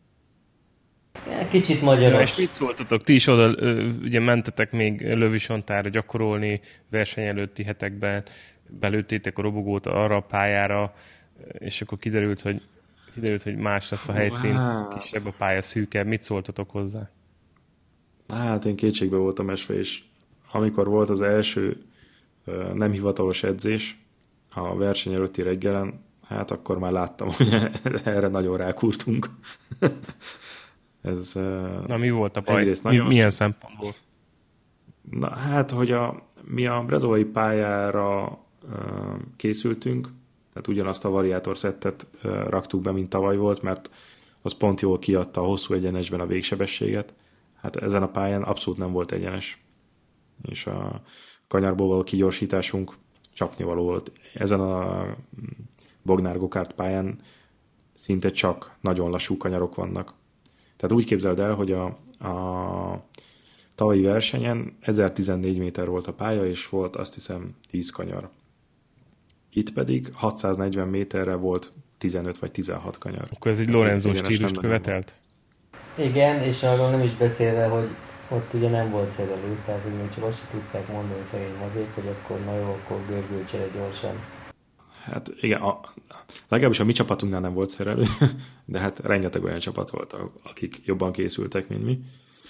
Kicsit magyaros. Ja, és mit szóltatok? Ti is oda ugye mentetek még Löwisontára gyakorolni verseny előtti hetekben. belőttétek a robogót arra a pályára, és akkor kiderült, hogy, kiderült, hogy más lesz a helyszín, Hát. kisebb a pálya, szűkebb. Mit szóltatok hozzá? Hát én kétségbe voltam esve, és amikor volt az első nem hivatalos edzés a verseny előtti reggelen, hát akkor már láttam, hogy erre nagyon rákúrtunk. Ez, Na mi volt a baj? Mi, nagyon... Milyen szempontból? Na hát, hogy a, mi a brezovai pályára uh, készültünk, tehát ugyanazt a variátorszettet uh, raktuk be, mint tavaly volt, mert az pont jól kiadta a hosszú egyenesben a végsebességet. Hát ezen a pályán abszolút nem volt egyenes. És a kanyarból való kigyorsításunk csapnivaló volt. Ezen a Bognár Gokart pályán szinte csak nagyon lassú kanyarok vannak. Tehát úgy képzeld el, hogy a, a tavalyi versenyen ezertizennégy méter volt a pálya, és volt azt hiszem tíz kanyar. Itt pedig hatszáznegyven méterre volt tizenöt vagy tizenhat kanyar. Akkor ez egy Lorenzo stílust követelt? Igen, és arról nem is beszélve, hogy ott ugye nem volt szerelő, tehát hogy még csak azt sem tudták mondani szegény mazék, hogy akkor na jó, akkor görgőcsere gyorsan. Hát igen, a, legalábbis a mi csapatunknál nem volt szerelő, de hát rengeteg olyan csapat volt, akik jobban készültek, mint mi.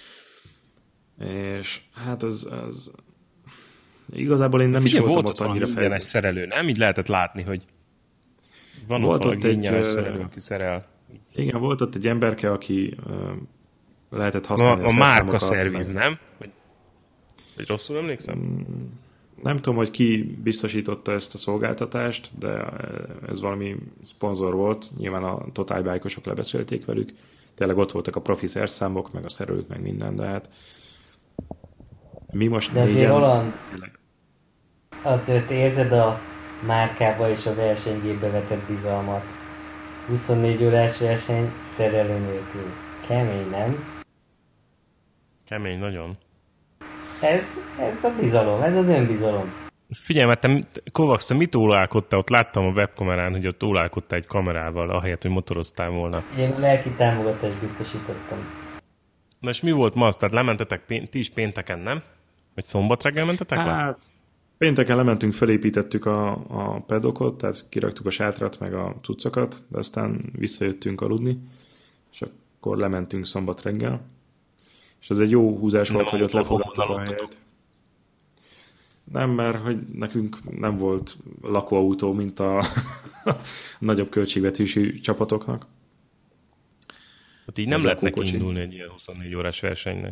És hát az, az igazából én nem Figyelj, is voltam volt ott annyira fejlődő. Egy szerelő, nem? Így lehetett látni, hogy van volt ott, ott egy ingyenes egy, szerelő, aki szerel. Igen, volt ott egy emberke, aki uh, lehetett használni a, a, a márka szerviz, nem? Vagy, vagy rosszul emlékszem? Mm, nem tudom, hogy ki biztosította ezt a szolgáltatást, de ez valami szponzor volt. Nyilván a Total Bike-osok lebeszélték velük. Tényleg ott voltak a profi szerszámok, meg a szerelők, meg minden, de hát mi most de azért négyen... Roland, azért érzed a márkába és a versenygépbe vetett bizalmat. huszonnégy órás verseny szerelő nélkül. Kemény, nem? Kemény, nagyon. Ez, ez a bizalom, ez az önbizalom. Figyelj, mert te, Kovacs, te mit ólálkodtál? Ott láttam a webkamerán, hogy ott ólálkodtál egy kamerával, ahelyett, hogy motoroztál volna. Én lelki támogatást biztosítottam. Na és mi volt ma az? Tehát lementetek, ti is pénteken, nem? Vagy szombat reggel mentetek le? Hát, pénteken lementünk, felépítettük a, a pedokot, tehát kiraktuk a sátrat, meg a cuccokat, de aztán visszajöttünk aludni, és akkor lementünk szombat reggel. És ez egy jó húzás volt, hogy ott lefoglaltuk a helyet. Nem, mert hogy nekünk nem volt lakóautó, mint a nagyobb költségvetésű csapatoknak. Hát így nem lehetne indulni egy ilyen huszonnégy órás versenynek.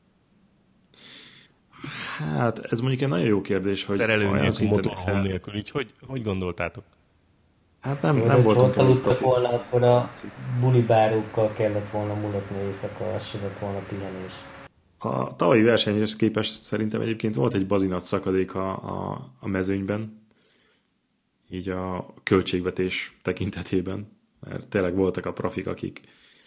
Hát ez mondjuk egy nagyon jó kérdés, hogy szerelő nélkül, motorhome nélkül, így hogy, hogy gondoltátok? Hát nem, nem voltunk elég profi. Volna, akkor a bulibárokkal kellett volna mulatni éjszaka, az se lett volna pihenés. A tavalyi versenyhez képest szerintem egyébként volt egy bazinat szakadék a, a, a mezőnyben, így a költségvetés tekintetében, mert tényleg voltak a profik, akik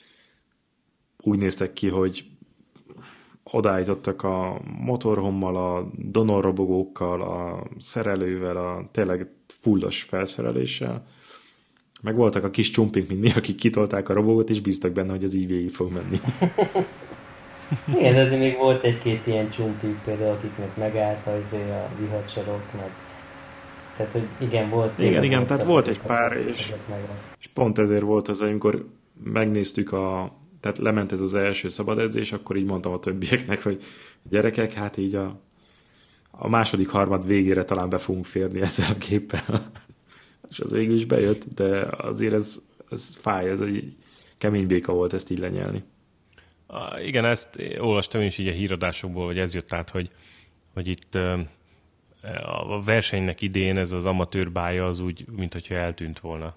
úgy néztek ki, hogy odaállítottak a motorhommal, a donorrobogókkal, a szerelővel, a tényleg fullos felszereléssel. Meg voltak a kis csumpink, mint mi, akik kitolták a robogót, és bíztak benne, hogy az így végig fog menni. Igen, de még volt egy-két ilyen csumpik például, akiknek megállt az a vihadsarok, meg... Tehát, hogy igen, volt... Igen, igen, tehát volt egy pár, és, és pont ezért volt az, amikor megnéztük a... Tehát lement ez az első szabad edzés, akkor így mondtam a többieknek, hogy gyerekek, hát így a, a második harmad végére talán be fogunk férni ezzel a géppel. És az végül is bejött, de azért ez, ez fáj, ez egy kemény béka volt ezt így lenyelni. Ah, igen, ezt olvastam is így a híradásokból, vagy ez jött át, hogy, hogy itt a versenynek idén ez az amatőr bálya az úgy, mint hogyha eltűnt volna.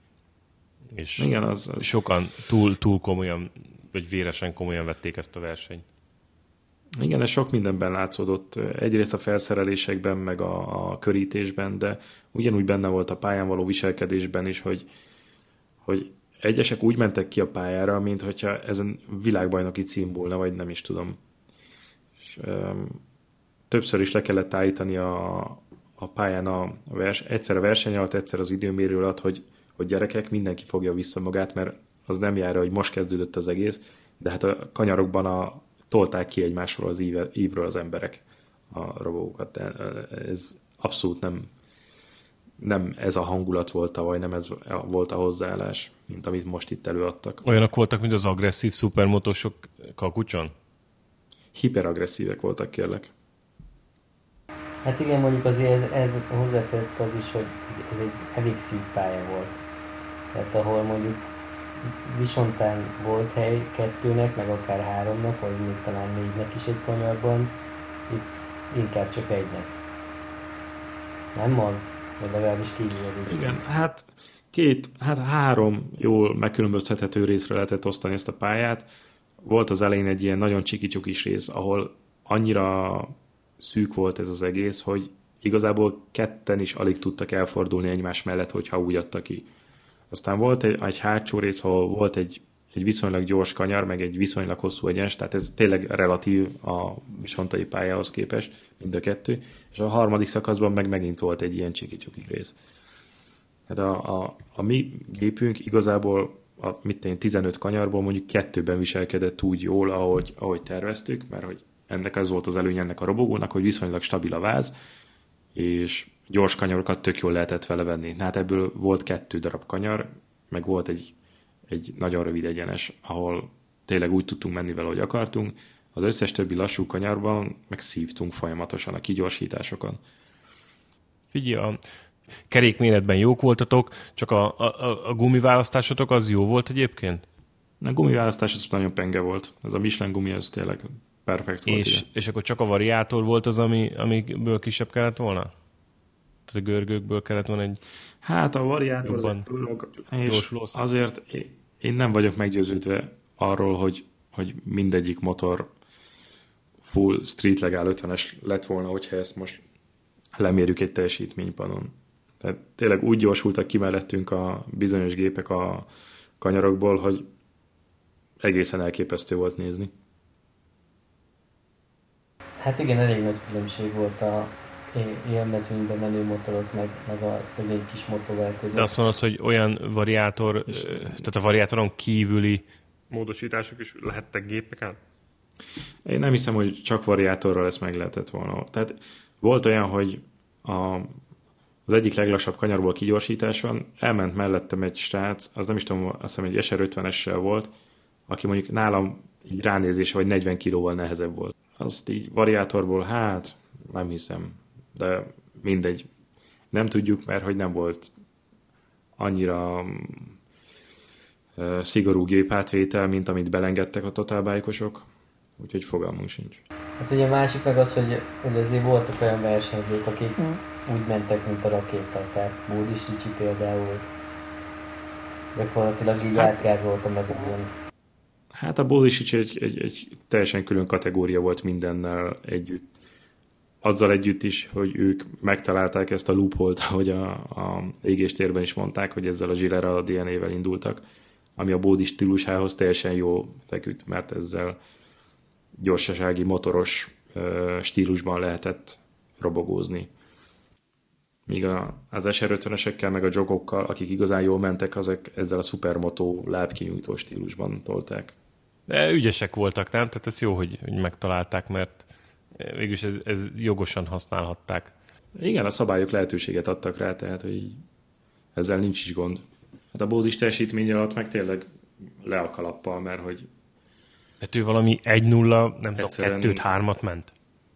És igen, az, az... sokan túl, túl komolyan, vagy véresen komolyan vették ezt a versenyt. Igen, ez sok mindenben látszódott. Egyrészt a felszerelésekben, meg a, a körítésben, de ugyanúgy benne volt a pályán való viselkedésben is, hogy, hogy egyesek úgy mentek ki a pályára, mint hogyha ezen világbajnoki cím volna, vagy nem is tudom. És, um, többször is le kellett állítani a, a pályán a vers, egyszer a verseny alatt, egyszer az időmérő alatt, hogy, hogy gyerekek, mindenki fogja vissza magát, mert az nem jár, hogy most kezdődött az egész, de hát a kanyarokban a, tolták ki egymásról az íve, ívről az emberek a robókat. Ez abszolút nem, nem ez a hangulat volt tavaly, nem ez volt a hozzáállás, mint amit most itt előadtak. Olyanok voltak, mint az agresszív szupermotosok Kakucson? Hiperagresszívek voltak, kérlek. Hát igen, mondjuk azért ez, ez hozzátett az is, hogy ez egy elég szűk pálya volt. Tehát ahol mondjuk Visontán volt hely kettőnek, meg akár háromnak, vagy még talán négynek is egy kanyarban, itt inkább csak egynek. Nem az? Vagy legalábbis kívül. Igen, hát két, hát három jól megkülönböztethető részre lehetett osztani ezt a pályát. Volt az elején egy ilyen nagyon csiki-csukis rész, ahol annyira szűk volt ez az egész, hogy igazából ketten is alig tudtak elfordulni egymás mellett, hogyha úgy adta ki. Aztán volt egy, egy hátsó rész, ahol volt egy, egy viszonylag gyors kanyar, meg egy viszonylag hosszú egyenes, tehát ez tényleg relatív a visontai pályához képest, mind a kettő. És a harmadik szakaszban meg megint volt egy ilyen csiki-csuki rész. Tehát a, a, a mi gépünk igazából a mit én, tizenöt kanyarból mondjuk kettőben viselkedett úgy jól, ahogy, ahogy terveztük, mert hogy ennek az volt az előny ennek a robogónak, hogy viszonylag stabil a váz, és gyors kanyarokat tök jól lehetett vele venni. Hát ebből volt kettő darab kanyar, meg volt egy, egy nagyon rövid egyenes, ahol tényleg úgy tudtunk menni vele, hogy akartunk. Az összes többi lassú kanyarban meg szívtunk folyamatosan a kigyorsításokon. Figyelj, a kerékméretben jók voltatok, csak a, a, a gumiválasztásotok az jó volt egyébként? A gumiválasztás az nagyon penge volt. Ez a Michelin gumi, az tényleg perfekt volt. És, és akkor csak a variátor volt az, ami, amikből kisebb kellett volna? Tehát a görgőkből kellett volna egy... Hát a variátor az egy dolog, és azért én nem vagyok meggyőződve arról, hogy, hogy mindegyik motor full street legal ötvenes lett volna, hogyha ezt most lemérjük egy teljesítménypadon. Tehát tényleg úgy gyorsultak ki mellettünk a bizonyos gépek a kanyarokból, hogy egészen elképesztő volt nézni. Hát igen, elég nagy különbség volt a élmezőnyben menő motorok, meg, meg a egy kis motorok között. De azt mondod, hogy olyan variátor, és, tehát a variátoron kívüli módosítások is lehettek gépeken? Én nem hiszem, hogy csak variátorral ezt meg lehetett volna. Tehát volt olyan, hogy a, az egyik leglassabb kanyarból kigyorsításon elment mellettem egy srác, az nem is tudom, azt hiszem egy es er ötvenessel volt, aki mondjuk nálam így ránézése vagy negyven kilóval nehezebb volt. Azt így variátorból, hát nem hiszem, de mindegy. Nem tudjuk, mert hogy nem volt annyira uh, szigorú gépátvétel, mint amit belengedtek a totálbájkosok, úgyhogy fogalmunk sincs. Hát ugye a másik meg az, hogy, hogy azért voltak olyan versenyzők, akik mm. úgy mentek, mint a rakéta, tehát Bódis Ricsi például gyakorlatilag így hát, átgázoltam mezőn. Hát a Bódis Ricsi egy, egy, egy teljesen külön kategória volt mindennel együtt. Azzal együtt is, hogy ők megtalálták ezt a loophole-t, ahogy a, a égéstérben is mondták, hogy ezzel a Gilera dé en é-vel indultak, ami a Bódis stílusához teljesen jó feküdt, mert ezzel gyorsasági, motoros uh, stílusban lehetett robogózni. Míg a, az es er ötvenesekkel, meg a jogokkal, akik igazán jól mentek, azok ezzel a szupermotó lábkinyújtó stílusban tolták. De ügyesek voltak, nem? Tehát ez jó, hogy, hogy megtalálták, mert végülis ez, ez jogosan használhatták. Igen, a szabályok lehetőséget adtak rá, tehát hogy ezzel nincs is gond. Hát a Bódis teljesítmény alatt meg tényleg le a kalappal, mert hogy hát ő valami egy nulla, nem tudom, kettőt hármat ment.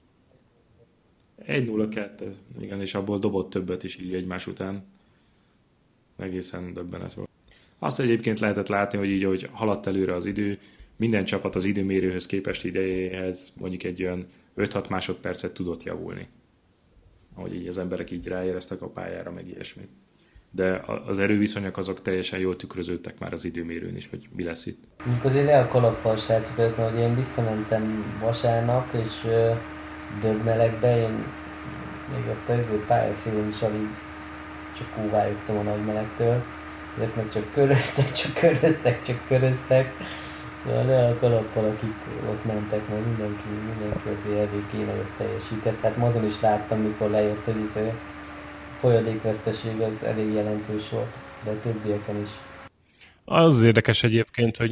egy nulla kettő, igen, és abból dobott többet is így egymás után. Egészen döbbenet volt. Azt egyébként lehetett látni, hogy így, hogy haladt előre az idő, minden csapat az időmérőhöz képest idejéhez mondjuk egy olyan öt-hat másodpercet tudott javulni. Ahogy így az emberek így ráéreztek a pályára, meg ilyesmi. De az erőviszonyok azok teljesen jól tükröződtek már az időmérőn is, hogy mi lesz itt. Mondjuk azért le a kalappal, srácok, mert én visszamentem vasárnap, és uh, dögmelegbe, én még ott a pályaszínén is alig csak kúvályogtam a nagy melegtől. Ezek meg csak köröztek, csak köröztek, csak köröztek. De le a kalappal, akik ott mentek, mert mindenki, mindenki azért elég kínaiak teljesített. Tehát azon is láttam, mikor lejött, hogy ez a folyadékveszteség az elég jelentős volt, de többieken is. Az érdekes egyébként, hogy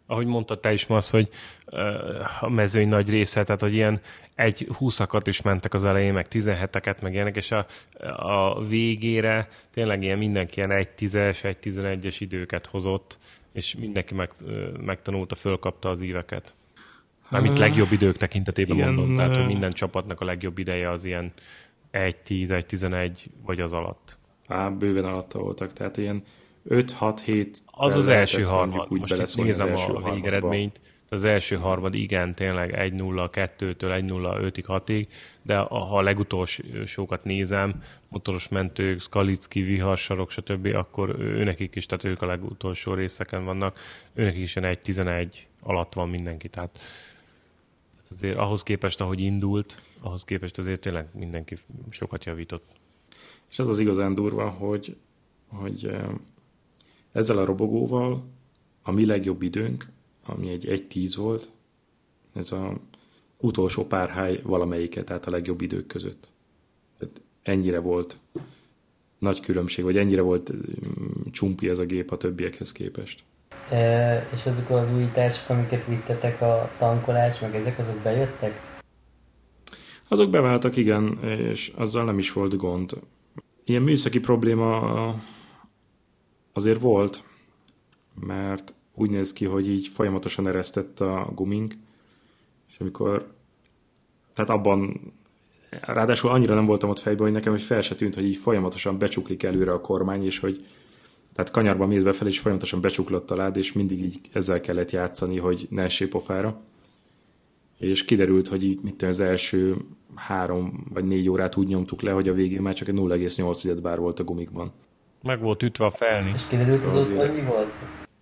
ahogy mondtad te is ma az, hogy a mezőny nagy része, tehát hogy ilyen egy húszakat is mentek az elején, meg tizenheteket, meg ilyenek, és a, a végére tényleg ilyen mindenki ilyen egy tízes, egy tizenegyes időket hozott, és mindenki meg, megtanulta, fölkapta az íveket. Mármint legjobb idők tekintetében igen, mondom, tehát hogy minden csapatnak a legjobb ideje az ilyen egy tíz, egy tizenegy, vagy az alatt. Á, bőven alatta voltak, tehát ilyen öt hat hét az az első harmad. Most itt nézem a végeredményt. Az első harmad igen, tényleg egy nulla kettőtől egy nulla ötig hatig, de ha a legutolsókat nézem, motoros mentők, Skalicki, Viharsarok, stb., akkor őnekik is, tehát ők a legutolsó részeken vannak, őnekik is egy tizenegy alatt van mindenki, tehát azért ahhoz képest, ahogy indult, ahhoz képest azért tényleg mindenki sokat javított. És ez az igazán durva, hogy, hogy ezzel a robogóval a mi legjobb időnk, ami egy egy tíz volt, ez az utolsó pár háj valamelyiket, tehát a legjobb idők között. Tehát ennyire volt nagy különbség, vagy ennyire volt csumpi ez a gép a többiekhez képest. E, és azok az újítások, amiket vittetek, a tankolás, meg ezek, azok bejöttek? Azok beváltak, igen, és azzal nem is volt gond. Ilyen műszaki probléma azért volt, mert úgy néz ki, hogy így folyamatosan eresztett a gumink, és amikor, tehát abban, ráadásul annyira nem voltam ott fejben, hogy nekem hogy fel se tűnt, hogy így folyamatosan becsuklik előre a kormány, és hogy tehát kanyarban mész befelé, és folyamatosan becsuklott a lád, és mindig így ezzel kellett játszani, hogy ne essé pofára. És kiderült, hogy így mit tudom, az első három vagy négy órát úgy nyomtuk le, hogy a végén már csak egy nulla egész nyolc bár volt a gumikban. Meg volt ütve a felni. És kiderült az ott, hogy mi volt?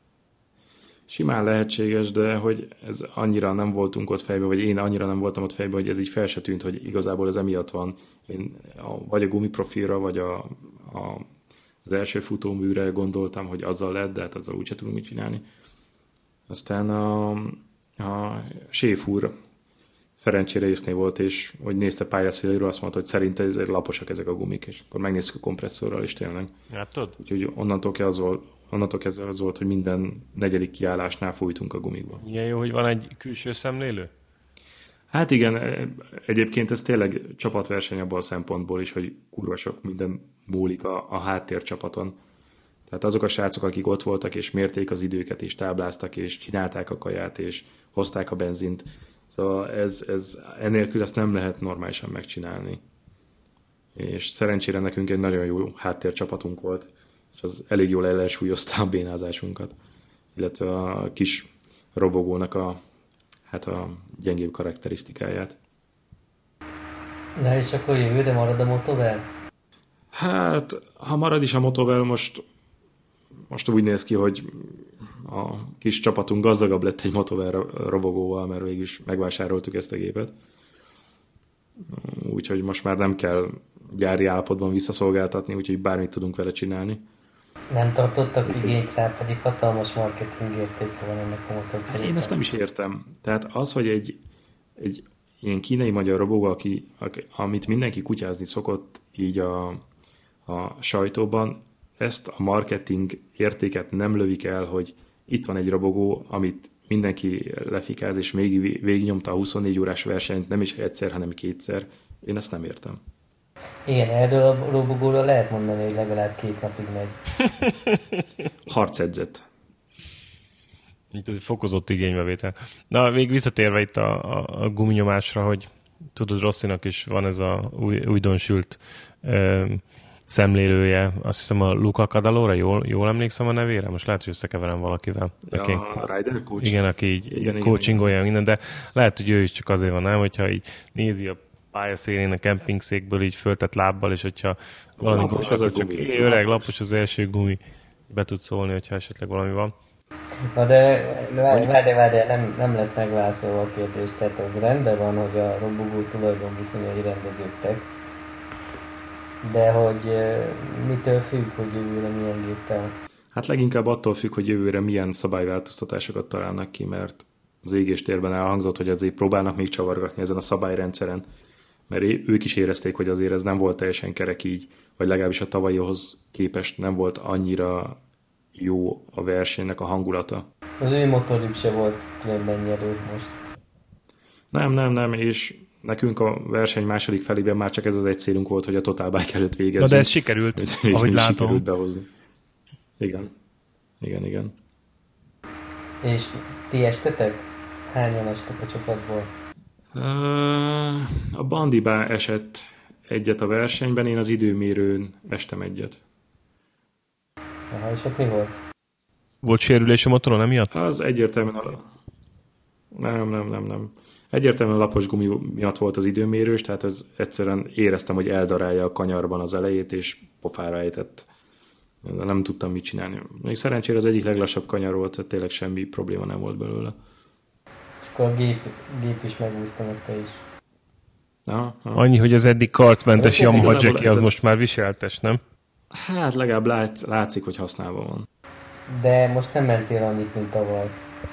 Simán lehetséges, de hogy ez annyira nem voltunk ott fejben, vagy én annyira nem voltam ott fejben, hogy ez így fel se tűnt, hogy igazából ez emiatt van. Én a, vagy a gumiprofilra, vagy a, a, az első futóműre gondoltam, hogy azzal lett, de hát azzal úgyse tudunk mit csinálni. Aztán a, a séf úr szerencsére észnél volt, és hogy nézte pályaszéléről, azt mondta, hogy szerinte ezért laposak ezek a gumik, és akkor megnéztük a kompresszorral is tényleg. Látod? Úgyhogy onnantól kezdve az volt, onnantól kezdve az volt, hogy minden negyedik kiállásnál fújtunk a gumikba. Ilyen jó, hogy van egy külső szemlélő? Hát igen, egyébként ez tényleg csapatverseny abban a szempontból is, hogy kurva sok minden múlik a, a háttércsapaton. Tehát azok a srácok, akik ott voltak, és mérték az időket, és tábláztak, és csinálták a kaját, és hozták a benzint. Szóval ez, ez, enélkül ezt nem lehet normálisan megcsinálni. És szerencsére nekünk egy nagyon jó háttércsapatunk volt, és az elég jól ellensúlyozta a bénázásunkat, illetve a kis robogónak a, hát a gyengébb karakterisztikáját. Na és akkor jövőre marad a Motovel? Hát, ha marad is a Motovel, most, most úgy néz ki, hogy a kis csapatunk gazdagabb lett egy Motovel robogóval, mert végül is megvásároltuk ezt a gépet. Úgyhogy most már nem kell gyári állapotban visszaszolgáltatni, úgyhogy bármit tudunk vele csinálni. Nem tartottak igényt rá, pedig hatalmas marketing értéke van ennek a motorkeréknek. Én ezt nem is értem. Tehát az, hogy egy, egy ilyen kínai-magyar robogó, aki, amit mindenki kutyázni szokott így a, a sajtóban, ezt a marketing értéket nem lövik el, hogy itt van egy robogó, amit mindenki lefikáz, és még végignyomta a huszonnégy órás versenyt, nem is egyszer, hanem kétszer. Én ezt nem értem. Igen, erről a robogóról lehet mondani, hogy legalább két napig megy. Harcedzett. Itt ez egy fokozott igénybevétel. Na, még visszatérve itt a, a, a guminyomásra, hogy tudod, Rossinak is van ez a új, újdonsült ö, szemlélője, azt hiszem a Luca Cadalora, jól, jól emlékszem a nevére? Most lehet, hogy összekeverem valakivel. Ja, aki, a Rider Coach? Igen, aki így igen, coachingolja minden, de lehet, hogy ő is csak azért van, nem, hogyha így nézi a pályaszélén a kempingszékből így föltett lábbal, és hogyha valami lapos az a csak gumi. é, öreg, lapos az első gumi, be tud szólni, hogyha esetleg valami van. Na de várj, várj, várj, nem, nem lett megválaszolva a kérdés, tehát az rendben van, hogy a robogó tulajdonviszonyai rendeződtek, de hogy mitől függ, hogy jövőre milyen géppel? Hát leginkább attól függ, hogy jövőre milyen szabályváltoztatásokat találnak ki, mert az égéstérben elhangzott, hogy azért próbálnak még csavargatni ezen a szabályrendszeren, mert ők is érezték, hogy azért ez nem volt teljesen kerek így, vagy legalábbis a tavalyihoz képest nem volt annyira jó a versenynek a hangulata. Az ő motorjuk se volt különben nyerő most. Nem, nem, nem, és nekünk a verseny második felében már csak ez az egy célunk volt, hogy a Total Bike előtt végezzünk. Na de ez sikerült, hogy ahogy látom. Sikerült behozni. Igen, igen, igen. És ti estetek? Hányan estek a csapatból? A Bandibá esett egyet a versenyben, én az időmérőn estem egyet. Aha, és ott mi volt? Volt sérülés a motoron emiatt? Az egyértelműen a... Nem, nem, nem, nem. Egyértelműen a lapos gumi miatt volt az időmérős, tehát az egyszerűen éreztem, hogy eldarálja a kanyarban az elejét, és pofára ejtett. Nem tudtam mit csinálni. Még szerencsére az egyik leglassabb kanyar volt, tehát tényleg semmi probléma nem volt belőle. És akkor a gép, gép is megúszta meg te is. Aha, aha. Annyi, hogy az eddig karcmentes Yamaha igazából Jackie az ez a- most már viseltes, nem? Hát legalább lát, látszik, hogy használva van. De most nem mentél annyit, mint tavaly.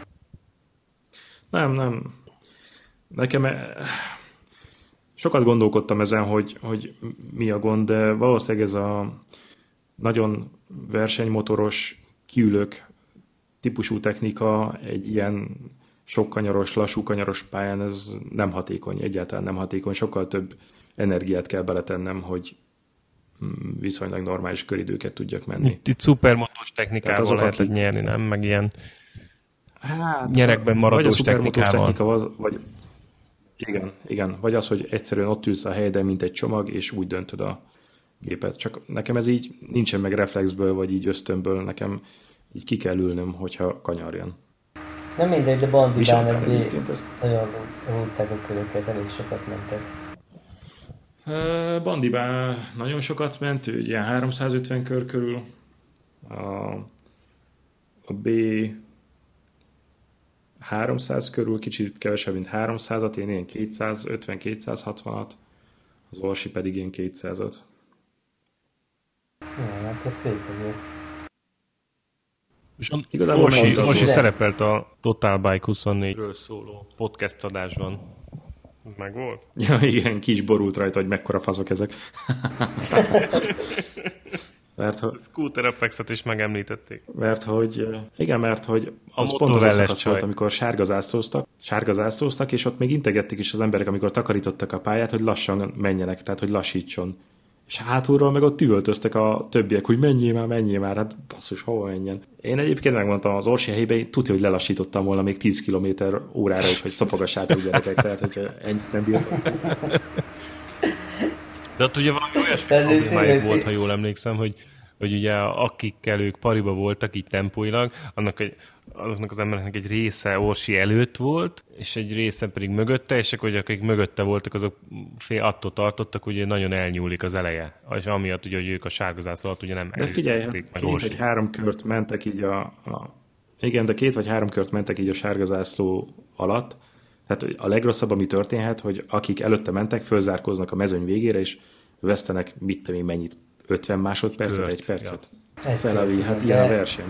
Nem, nem. Nekem e- sokat gondolkodtam ezen, hogy, hogy mi a gond, de valószínűleg ez a nagyon versenymotoros, kiülők típusú technika egy ilyen sok kanyaros, lassú kanyaros pályán, ez nem hatékony, egyáltalán nem hatékony. Sokkal több energiát kell beletennem, hogy mm, viszonylag normális köridőket tudjak menni. Itt, itt szupermotors Tehát technikával azok, lehetett akik- nyerni, nem? Meg ilyen Hát, nyerekben vagy a maradós szupermotors technikával. technika, az, vagy igen, igen, vagy az, hogy egyszerűen ott ülsz a helyeden, mint egy csomag, és úgy döntöd a gépet. Csak nekem ez így nincsen meg reflexből, vagy így ösztönből, nekem így ki kell ülnöm, hogyha kanyar jön. Nem mindegy, de Bandibán Viseltem ebbé egyébként ezt. nagyon rúgták a köröket, elég sokat mentek. Uh, Bandibá nagyon sokat ment, ő ilyen háromszázötven kör körül. A, a B háromszáz körül, kicsit kevesebb, mint háromszázat, én ilyen kétszázötven-kétszázhatvanat, az Orsi pedig ilyen kétszázat. Ja, hát ez szép azért. És a- Igazából Orsi, megmutató. Orsi De- szerepelt a Total Bike huszonnégyről szóló podcast adásban. Ez meg volt? Ja, igen, ki is borult rajta, hogy mekkora fazok ezek. mert, hogy, Scooter Apex-et is megemlítették. mert hogy, igen, mert hogy A az pont az a motorelles szakasz csaj. volt, amikor sárgazásztóztak, sárgazásztóztak, és ott még integették is az emberek, amikor takarítottak a pályát, hogy lassan menjenek, tehát hogy lassítson. És hátulról meg ott üvöltöztek a többiek, hogy menjél már, menjél már, hát basszus, hova menjen. Én egyébként megmondtam, az Orsi helyében tudja, hogy lelassítottam volna még tíz kilométer órára is, hogy szopogassátok gyerekek, tehát hogyha ennyit nem bírtam. De ott ugye valami olyasmi Tehát itt problémájuk tényleg- volt, ha jól emlékszem, hogy, hogy ugye akikkel ők pariba voltak, így tempóilag, annak, egy, azoknak az embereknek egy része Orsi előtt volt, és egy része pedig mögötte, és akkor, hogy akik mögötte voltak, azok fél attól tartottak, hogy nagyon elnyúlik az eleje. És amiatt, ugye, hogy ők a sárgazászló alatt ugye nem De figyelj, hát előzték meg két Orsit. vagy három kört mentek így a, a... Igen, de két vagy három kört mentek így a sárgazászló alatt. Tehát a legrosszabb, ami történhet, hogy akik előtte mentek, fölzárkóznak a mezőny végére, és vesztenek, mit tudom én, mennyit, ötven másodpercet, Kört, egy percet. Egy Felavi, kört, hát de- ilyen a verseny.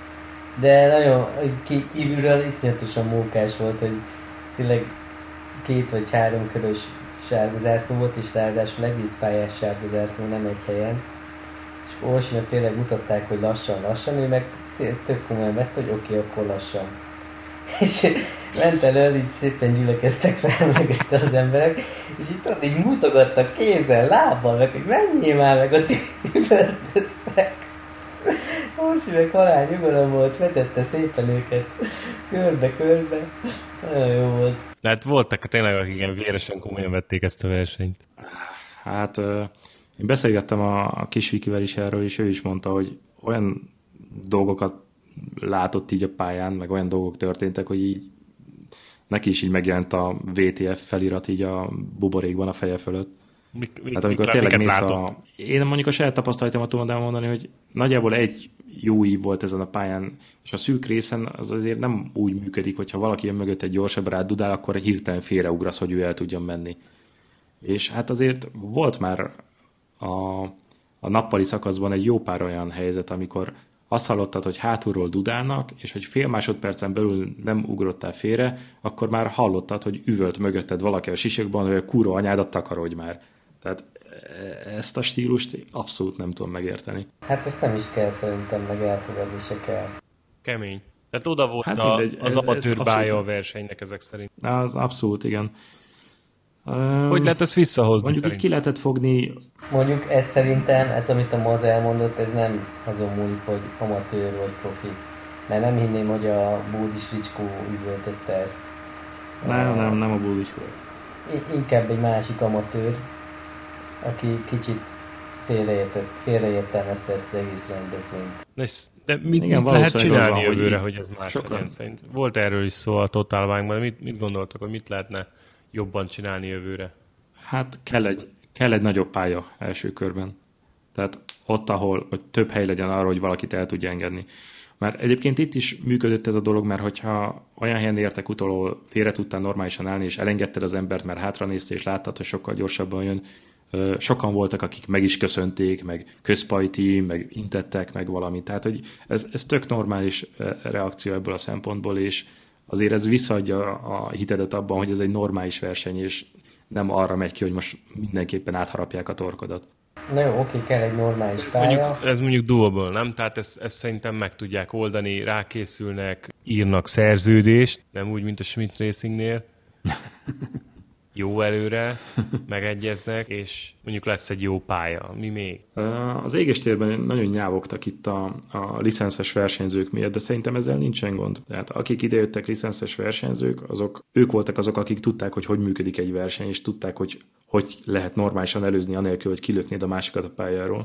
De nagyon ki- kívülről iszonyatosan mókás volt, hogy tényleg két vagy három körös sárgazászló volt, és ráadásul egész pályás sárgazászló, nem egy helyen. És Orsinak tényleg mutatták, hogy lassan-lassan, ő meg té- tök komolyan vett, hogy oké, okay, akkor lassan. És ment elő, így szépen gyülekeztek fel mögötte az emberek, és itt ott így mutogattak kézzel, lábbal, meg hogy menjél már meg, ott üvöltöztek. Orsi meg halál nyugalom volt, vezette szépen őket körbe-körbe. Nagyon jó volt. De hát voltak tényleg, akik ilyen véresen komolyan vették ezt a versenyt. Hát ö, én beszélgettem a, a kis Vikivel is erről, és ő is mondta, hogy olyan dolgokat látott így a pályán, meg olyan dolgok történtek, hogy így neki is így megjelent a vé té ef felirat így a buborékban a feje fölött. Mik, mik, Hát amikor mik- tényleg miket mész látott? a... Én mondjuk a saját tapasztalatomat tudom elmondani, hogy nagyjából egy jó ív volt ezen a pályán, és a szűk részen az azért nem úgy működik, hogyha valaki jön mögött egy gyorsabb rádudál, akkor hirtelen félreugrasz, hogy ő el tudjon menni. És hát azért volt már a, a nappali szakaszban egy jó pár olyan helyzet, amikor azt hallottad, hogy hátulról dudálnak, és hogy fél másodpercen belül nem ugrottál félre, akkor már hallottad, hogy üvölt mögötted valaki a sisakban, hogy a kurva anyádat takarodj már. Tehát ezt a stílust abszolút nem tudom megérteni. Hát ezt nem is kell szerintem, meg elfogadni se kell. Kemény. Tehát oda volt Hát a, mindegy, az ez- amatőr ez bája abszolút- a versenynek ezek szerint. Az abszolút, igen. Hogy lehet ezt visszahozni Mondjuk így szerint? ki lehetett fogni, Mondjuk ez szerintem, ez amit a Maz elmondott, ez nem azon múlik, hogy amatőr vagy profi. Mert nem hinném, hogy a Búdis Ricskó üvöltötte ezt. nem, nem, nem a Bullish volt. I- inkább egy másik amatőr, aki kicsit félreértett, félreértelmezte ezt az egész rendezvényt. De, ez- de mit, Igen, mit lehet valószínűleg az csinálni van, hogy jövőre, így hogy ez más sokan- legyen szerint? Volt erről is szó a Total Bankban, mit, mit gondoltak, hogy mit lehetne jobban csinálni jövőre? Hát kell egy, kell egy nagyobb pálya első körben. Tehát ott, ahol hogy több hely legyen arra, hogy valakit el tudja engedni. Mert egyébként itt is működött ez a dolog, mert hogyha olyan helyen értek utol, ahol félre tudtál normálisan állni, és elengedted az embert, mert hátranéztél, és láttad, hogy sokkal gyorsabban jön, ö, sokan voltak, akik meg is köszönték, meg közpajti, meg intettek, meg valamit. Tehát, hogy ez, ez tök normális ö, reakció ebből a szempontból, és azért ez visszaadja a hitedet abban, hogy ez egy normális verseny, és nem arra megy ki, hogy most mindenképpen átharapják a torkodat. Na jó, oké, kell egy normális Ez pálya. mondjuk, ez mondjuk doable, nem? Tehát ezt, ezt szerintem meg tudják oldani, rákészülnek, írnak szerződést, nem úgy, mint a Schmidt Racingnél. Jó előre, megegyeznek, és mondjuk lesz egy jó pálya. Mi még? Az égéstérben nagyon nyávogtak itt a, a licenszes versenyzők miatt, de szerintem ezzel nincsen gond. Tehát akik idejöttek licenszes versenyzők, azok, ők voltak azok, akik tudták, hogy hogy működik egy verseny, és tudták, hogy hogy lehet normálisan előzni anélkül, hogy kilöknéd a másikat a pályáról.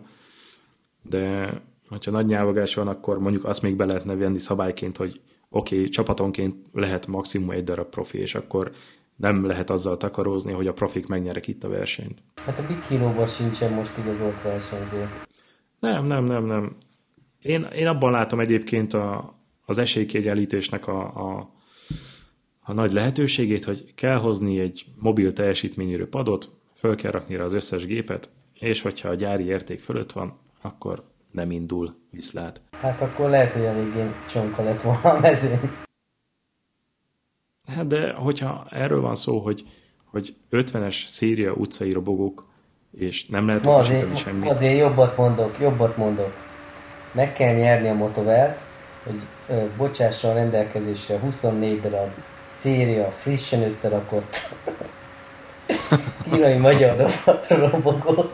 De ha nagy nyávogás van, akkor mondjuk azt még be lehetne venni szabályként, hogy oké, okay, csapatonként lehet maximum egy darab profi, és akkor nem lehet azzal takarózni, hogy a profik megnyerek itt a versenyt. Hát a Bikilóban sincsen most igazolt versenyző. Nem, nem, nem, nem. Én, én abban látom egyébként a, az esélykiegyenlítésnek a, a, a nagy lehetőségét, hogy kell hozni egy mobil teljesítményű padot, föl kell rakni rá az összes gépet, és hogyha a gyári érték fölött van, akkor nem indul viszlát. Hát akkor lehet, hogy a végén csonka lett volna a mezőn. Hát de hogyha erről van szó, hogy, hogy ötvenes széria utcai robogók, és nem lehet Ma okosítani azért, semmit. azért jobbat mondok, jobbat mondok. Meg kell nyerni a motovert, hogy ö, bocsássa a rendelkezésre huszonnégy darab széria frissen összerakott kínai magyar robogót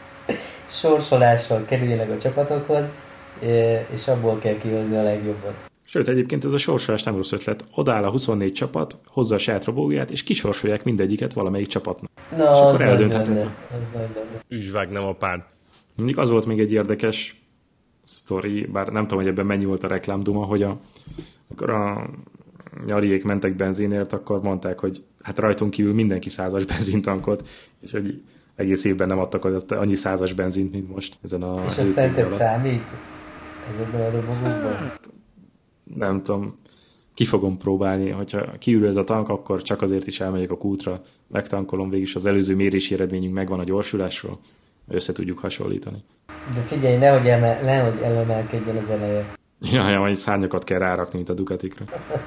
sorsolással kerüljenek a csapatokhoz, és abból kell kihozni a legjobbat. Sőt, egyébként ez a sorsolás nem rossz ötlet. Odáll a huszonnégy csapat, hozza a saját robogóját, és kisorsolják mindegyiket valamelyik csapatnak. Na, és akkor az eldönthető. nagy lenne. Üsvág nem apád. Mondjuk az volt még egy érdekes sztori, bár nem tudom, hogy ebben mennyi volt a reklámduma, hogy a, akkor a nyariék mentek benzinért, akkor mondták, hogy hát rajtunk kívül mindenki százas benzintankot, és hogy egész évben nem adtak ott annyi százas benzint, mint most ezen a És azt hétvégé szerinted alatt. számít? Ezekben a robogókban? Nem tudom, ki fogom próbálni, hogyha kiürül ez a tank, akkor csak azért is elmegyek a kútra, megtankolom, végig az előző mérési eredményünk megvan a gyorsulásról, össze tudjuk hasonlítani. De figyelj, nehogy, emel, nehogy elemelkedjen az eleje. Ja, ja, majd szárnyakat kell rárakni, mint a Ducatikra.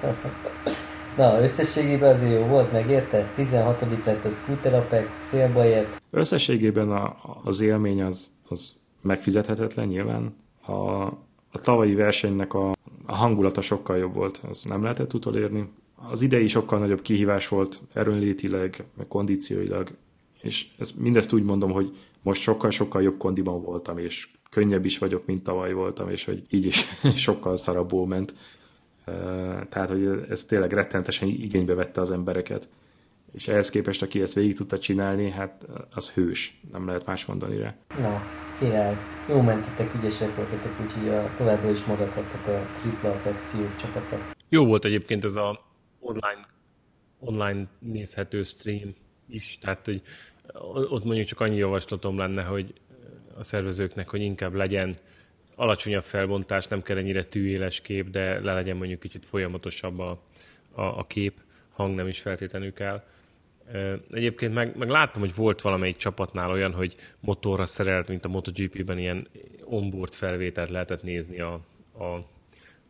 Na, összességében azért jó volt, megérte? tizenhatodik lett a Scooter Apex, célba ért. Összességében a, az élmény az, az megfizethetetlen nyilván. A, a tavalyi versenynek a, a hangulata sokkal jobb volt, az nem lehetett utolérni. Az idei sokkal nagyobb kihívás volt erőnlétileg, meg kondícióilag, és ezt, mindezt úgy mondom, hogy most sokkal-sokkal jobb kondiban voltam, és könnyebb is vagyok, mint tavaly voltam, és hogy így is sokkal szarabbul ment. Tehát, hogy ez tényleg rettenetesen igénybe vette az embereket. És ehhez képest, aki ezt végig tudta csinálni, hát az hős. Nem lehet más mondani rá. Na, király. Jó mentetek, ügyesek voltatok, úgyhogy a, továbbra is maradhattak a Triple Apex fiúk csapata. Jó volt egyébként ez a online, online nézhető stream is, tehát hogy ott mondjuk csak annyi javaslatom lenne, hogy a szervezőknek, hogy inkább legyen alacsonyabb felbontás, nem kell ennyire tűéles kép, de le legyen mondjuk kicsit folyamatosabb a, a, a kép, hang nem is feltétlenül kell. Egyébként meg, meg láttam, hogy volt valamelyik csapatnál olyan, hogy motorra szerelt, mint a MotoGP-ben ilyen onboard felvételt lehetett nézni a, a,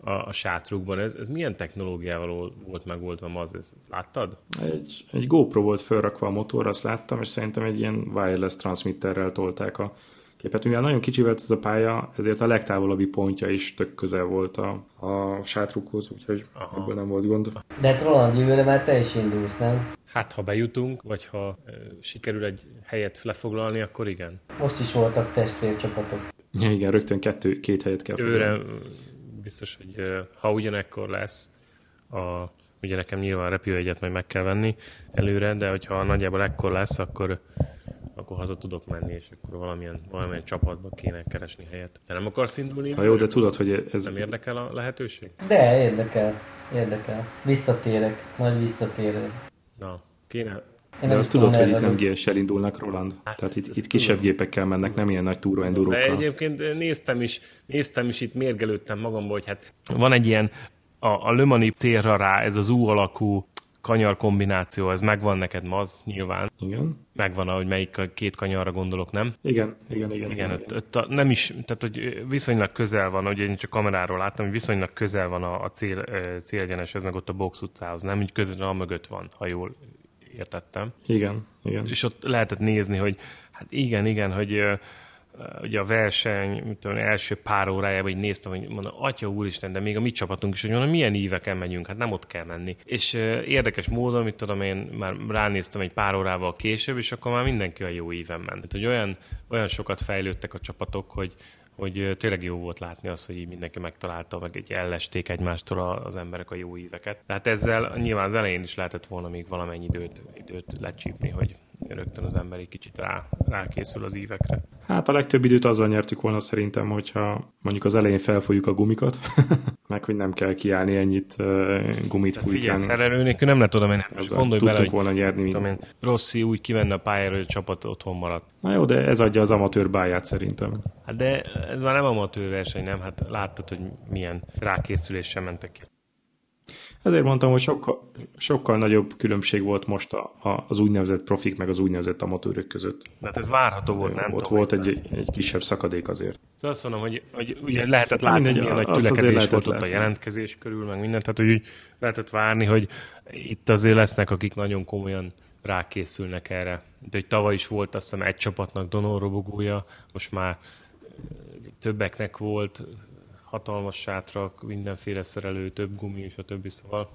a, a sátrukban. Ez, ez milyen technológiával volt megoldva ma? Ezt láttad? Egy, egy GoPro volt felrakva a motor, azt láttam, és szerintem egy ilyen wireless transmitterrel tolták a képet. Mivel nagyon kicsi volt ez a pálya, ezért a legtávolabbi pontja is tök közel volt a, a sátrukhoz, úgyhogy Aha. ebből nem volt gond. De hát Roland, jövőre már te is indulsz, nem? Hát, ha bejutunk, vagy ha e, sikerül egy helyet lefoglalni, akkor igen. Most is voltak testvércsapatok. Ja, igen, rögtön kettő, két helyet kell Jövőre biztos, hogy ha ugyanekkor lesz, a, ugye nekem nyilván repülőjegyet majd meg kell venni előre, de hogyha nagyjából ekkor lesz, akkor akkor haza tudok menni, és akkor valamilyen, valamilyen csapatba kéne keresni helyet. De nem akarsz indulni? Na jó, de tudod, hogy ez... Nem érdekel a lehetőség? De, érdekel. Érdekel. Visszatérek. Nagy visszatérek. Na, kéne... Én de azt tudod, hogy itt nem gé es-sel indulnak, Roland? Hát Tehát itt, itt kisebb gépekkel mennek, nem ilyen nagy túra-endurókkal. De egyébként néztem is, néztem is, itt mérgelődtem magamból, hogy hát van egy ilyen a, a Le Mani célra rá, ez az U alakú kanyar kombináció, ez megvan neked ma, az nyilván. Igen. Megvan, ahogy melyik a két kanyarra gondolok, nem? Igen, igen, igen. Igen, igen, igen. Ott, ott nem is, tehát hogy viszonylag közel van, hogy én csak kameráról láttam, hogy viszonylag közel van a, a cél, célegyeneshez, meg ott a box utcához, nem? Így közel a mögött van, ha jól értettem. Igen, igen. És ott lehetett nézni, hogy hát igen, igen, hogy uh, ugye a verseny, mit tudom, első pár órájában így néztem, hogy mondom, atya úristen, de még a mi csapatunk is, hogy mondom, milyen íveken megyünk, hát nem ott kell menni. És uh, érdekes módon, mit tudom, én már ránéztem egy pár órával később, és akkor már mindenki a jó íven ment. Tehát, hogy olyan, olyan sokat fejlődtek a csapatok, hogy hogy tényleg jó volt látni azt, hogy így mindenki megtalálta, meg egy ellesték egymástól az emberek a jó íveket. Tehát ezzel nyilván az elején is lehetett volna még valamennyi időt, időt lecsípni, hogy rögtön az ember egy kicsit rá, rákészül az ívekre. Hát a legtöbb időt azzal nyertük volna szerintem, hogyha mondjuk az elején felfújjuk a gumikat, meg hogy nem kell kiállni ennyit uh, gumit fújni. Figyelj, szerelő nélkül nem lehet oda menni. Most gondolj bele, hogy volna nyerni, tudom, Rossi úgy kivenne a pályára, hogy a csapat otthon maradt. Na jó, de ez adja az amatőr báját szerintem. Hát de ez már nem amatőr verseny, nem? Hát láttad, hogy milyen rákészüléssel mentek ki. Ezért mondtam, hogy sokkal, sokkal nagyobb különbség volt most a, a, az úgynevezett profik, meg az úgynevezett amatőrök között. De hát ez várható volt, nem? Ott tudom, volt egy, egy kisebb szakadék azért. Szóval azt mondom, hogy, hogy ugye lehetett látni, mindegy, milyen nagy tülekedés volt ott a jelentkezés körül, meg mindent. Tehát, hogy úgy lehetett várni, hogy itt azért lesznek, akik nagyon komolyan rákészülnek erre. De hogy tavaly is volt, azt hiszem, egy csapatnak Donor robogója, most már többeknek volt, hatalmas sátrak, mindenféle szerelő, több gumi, és a többi, szóval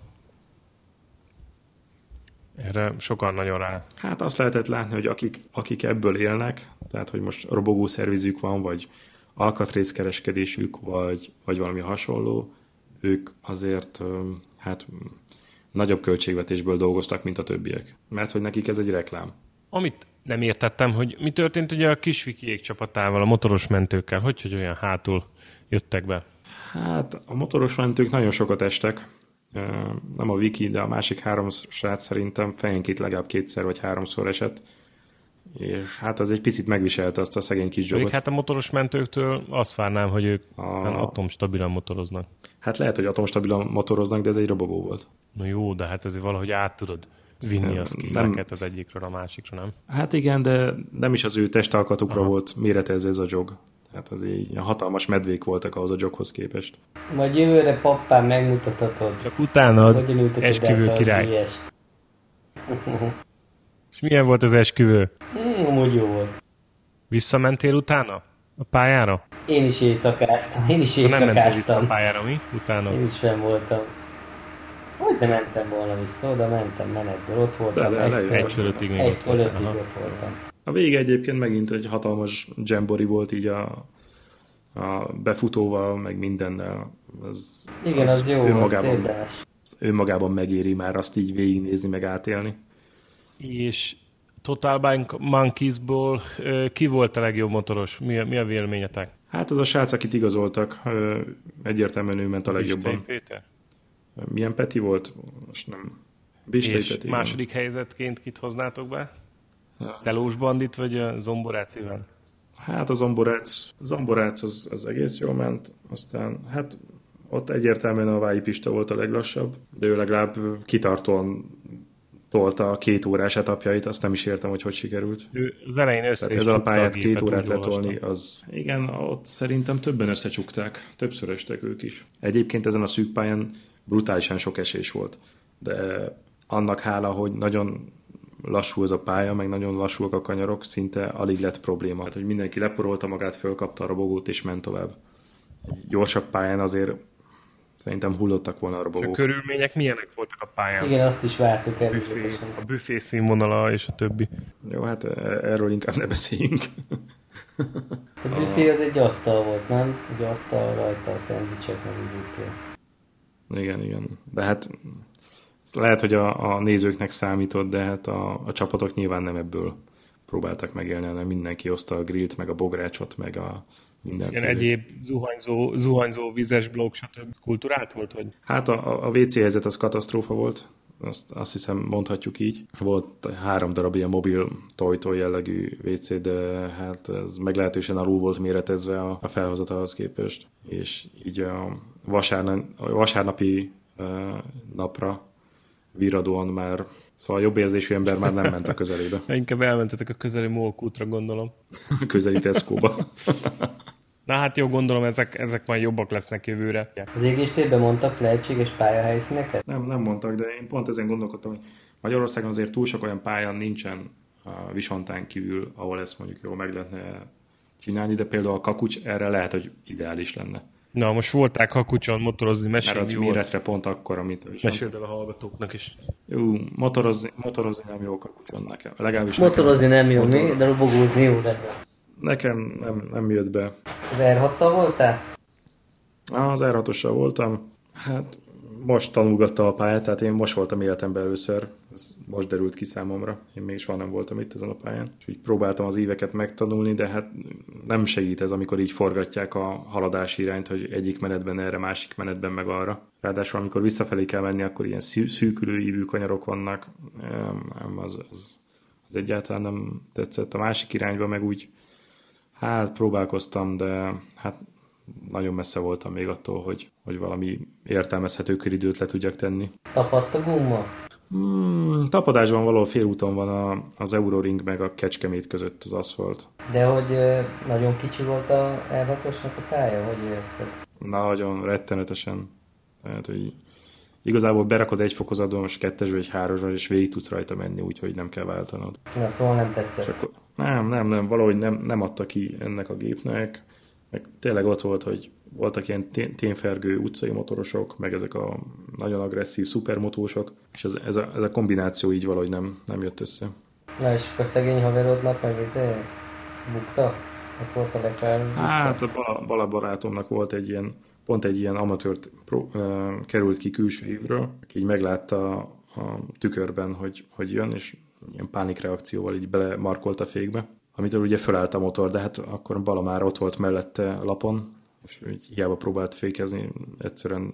erre sokan nagyon rá. Hát azt lehetett látni, hogy akik, akik ebből élnek, tehát hogy most robogó szervizük van, vagy alkatrészkereskedésük, vagy, vagy valami hasonló, ők azért hát nagyobb költségvetésből dolgoztak, mint a többiek. Mert hogy nekik ez egy reklám. Amit nem értettem, hogy mi történt ugye a Kisvikiék csapatával, a motoros mentőkkel, hogy, hogy olyan hátul jöttek be? Hát a motoros mentők nagyon sokat estek. Nem a Viki, de a másik három srác szerintem fejenként legalább kétszer vagy háromszor esett. És hát az egy picit megviselte azt a szegény kis jogot. Hát a motoros mentőktől azt várnám, hogy ők a... atomstabilan motoroznak. Hát lehet, hogy atomstabilan motoroznak, de ez egy robogó volt. Na jó, de hát ezért valahogy át tudod vinni a skilleket az egyikről a másikra, nem? Hát igen, de nem is az ő testalkatukra Aha. volt méretezve ez a jog. Tehát az így hatalmas medvék voltak ahhoz a joghoz képest. Majd jövőre pappán megmutathatod. Csak utánad esküvő király. És milyen volt az esküvő? Hmm, amúgy jó volt. Visszamentél utána a pályára? Én is éjszakáztam, én is éjszakáztam. Nem mentél vissza a pályára, mi? Utána? Én is fenn voltam. Hogy nem mentem volna vissza, oda mentem menetből, ott voltam. De, de, egy egy fölöttig még ott voltam. ott voltam. A vége egyébként megint egy hatalmas jambori volt így a, a befutóval, meg mindennel. Az, igen, az, az jó, önmagában, az önmagában megéri már azt így végignézni, meg átélni. És Total Monkeysból ki volt a legjobb motoros? Mi a, mi a véleményetek? Hát az a srác, akit igazoltak, egyértelműen ő ment a legjobban. Bistei Péter? Milyen Peti volt? Most nem. Bistei és Peti. második van. Helyzetként kit hoznátok be? Telós Bandit, vagy a Zomborácival? Hát a Zomborác, Zomborác az, az egész jól ment, aztán hát ott egyértelműen a Vályi Pista volt a leglassabb, de ő legalább kitartóan tolta a két órás etapjait, azt nem is értem, hogy hogy sikerült. Ő az elején össze Tehát is ezzel a pályát a két órát olvastam. letolni, az igen, ott szerintem többen összecsukták, többször estek ők is. Egyébként ezen a szűk pályán brutálisan sok esés volt, de annak hála, hogy nagyon lassú ez a pálya, meg nagyon lassúak a kanyarok, szinte alig lett probléma. Hát, hogy mindenki leporolta magát, fölkapta a robogót és ment tovább. Egy gyorsabb pályán azért szerintem hullottak volna a robogók. A körülmények milyenek voltak a pályán? Igen, azt is vártuk Büfé, előzetesen. a büfé színvonala és a többi. Jó, hát erről inkább ne beszéljünk. A büfé az egy asztal volt, nem? Egy asztal rajta a szendvicsek meg úgy. Igen, igen. De hát lehet, hogy a, a nézőknek számított, de hát a, a csapatok nyilván nem ebből próbáltak megélni, hanem mindenki hozta a grillt, meg a bográcsot, meg a mindenféle. Ilyen egyéb zuhanyzó, zuhanyzó vizes blokk, stb. Kultúrált volt? Vagy? Hát a, a vé cé helyzet az katasztrófa volt, azt, azt hiszem mondhatjuk így. Volt három darab ilyen mobil tojtó jellegű vé cé, de hát ez meglehetősen alul volt méretezve a, a felhozatalhoz képest, és így a, vasárna, a vasárnapi uh, napra virradóan már, szóval jobb érzésű ember már nem ment a közelébe. Inkább elmentetek a közeli Molkútra, gondolom. Közeli Tesco-ba. Na hát jó, gondolom, ezek, ezek majd jobbak lesznek jövőre. Az égéstérben mondtak lehetséges pályahelyszíneket? Nem, nem mondtak, de én pont ezen gondolkodtam, hogy Magyarországon azért túl sok olyan pályán nincsen a Visontán kívül, ahol ezt mondjuk jól meg lehetne csinálni, de például a Kakucs erre lehet, hogy ideális lenne. Na, most voltál Kakucson motorozni, mesélj, Mert az mi volt? méretre pont akkor, amit is. Meséld el a hallgatóknak is. Jó, motorozni, motorozni nem jó Kakucson nekem. Legalábbis Motorozni nekem, nem jó, motor... mi? De robogózni jó lenne. Nekem nem, nem jött be. Az er hattal voltál? Az er hatossal voltam. Hát most tanulgattam a pályát, tehát én most voltam életemben először. Ez most derült ki számomra. Én még soha nem voltam itt ezen a pályán. És így próbáltam az éveket megtanulni, de hát nem segít ez, amikor így forgatják a haladási irányt, hogy egyik menetben erre, másik menetben meg arra. Ráadásul amikor visszafelé kell menni, akkor ilyen szűkülő ívű kanyarok vannak. Nem, az, az, az egyáltalán nem tetszett. A másik irányba meg úgy hát próbálkoztam, de hát nagyon messze voltam még attól, hogy, hogy valami értelmezhető köridőt le tudjak tenni. Tapadt a gumma? Hmm, tapadásban valahol félúton van a, az Euroring meg a Kecskemét között az aszfalt. De hogy ö, nagyon kicsi volt a er hatosnak a pálya, hogy érezted? Nagyon rettenetesen. Tehát, hogy igazából berakod egy fokozatban, most kettes vagy hárosban, és végig tudsz rajta menni, úgyhogy nem kell váltanod. Na, szóval nem tetszett. Akkor, nem, nem, nem, valahogy nem, nem adta ki ennek a gépnek. Meg tényleg ott volt, hogy voltak ilyen ténfergő utcai motorosok, meg ezek a nagyon agresszív szupermotósok, és ez, ez, a, ez a kombináció így valahogy nem, nem jött össze. Na és akkor szegény haverodnak meg izé bukta? Ott volt a lekár. Hát a Bala, Bala barátomnak volt egy ilyen, pont egy ilyen amatőrt pro, uh, került ki külső évről, aki így meglátta a, a tükörben, hogy, hogy jön, és ilyen pánikreakcióval így belemarkolt a fékbe, amitől ugye fölállt a motor, de hát akkor Bala már ott volt mellette a lapon, és hiába próbált fékezni, egyszerűen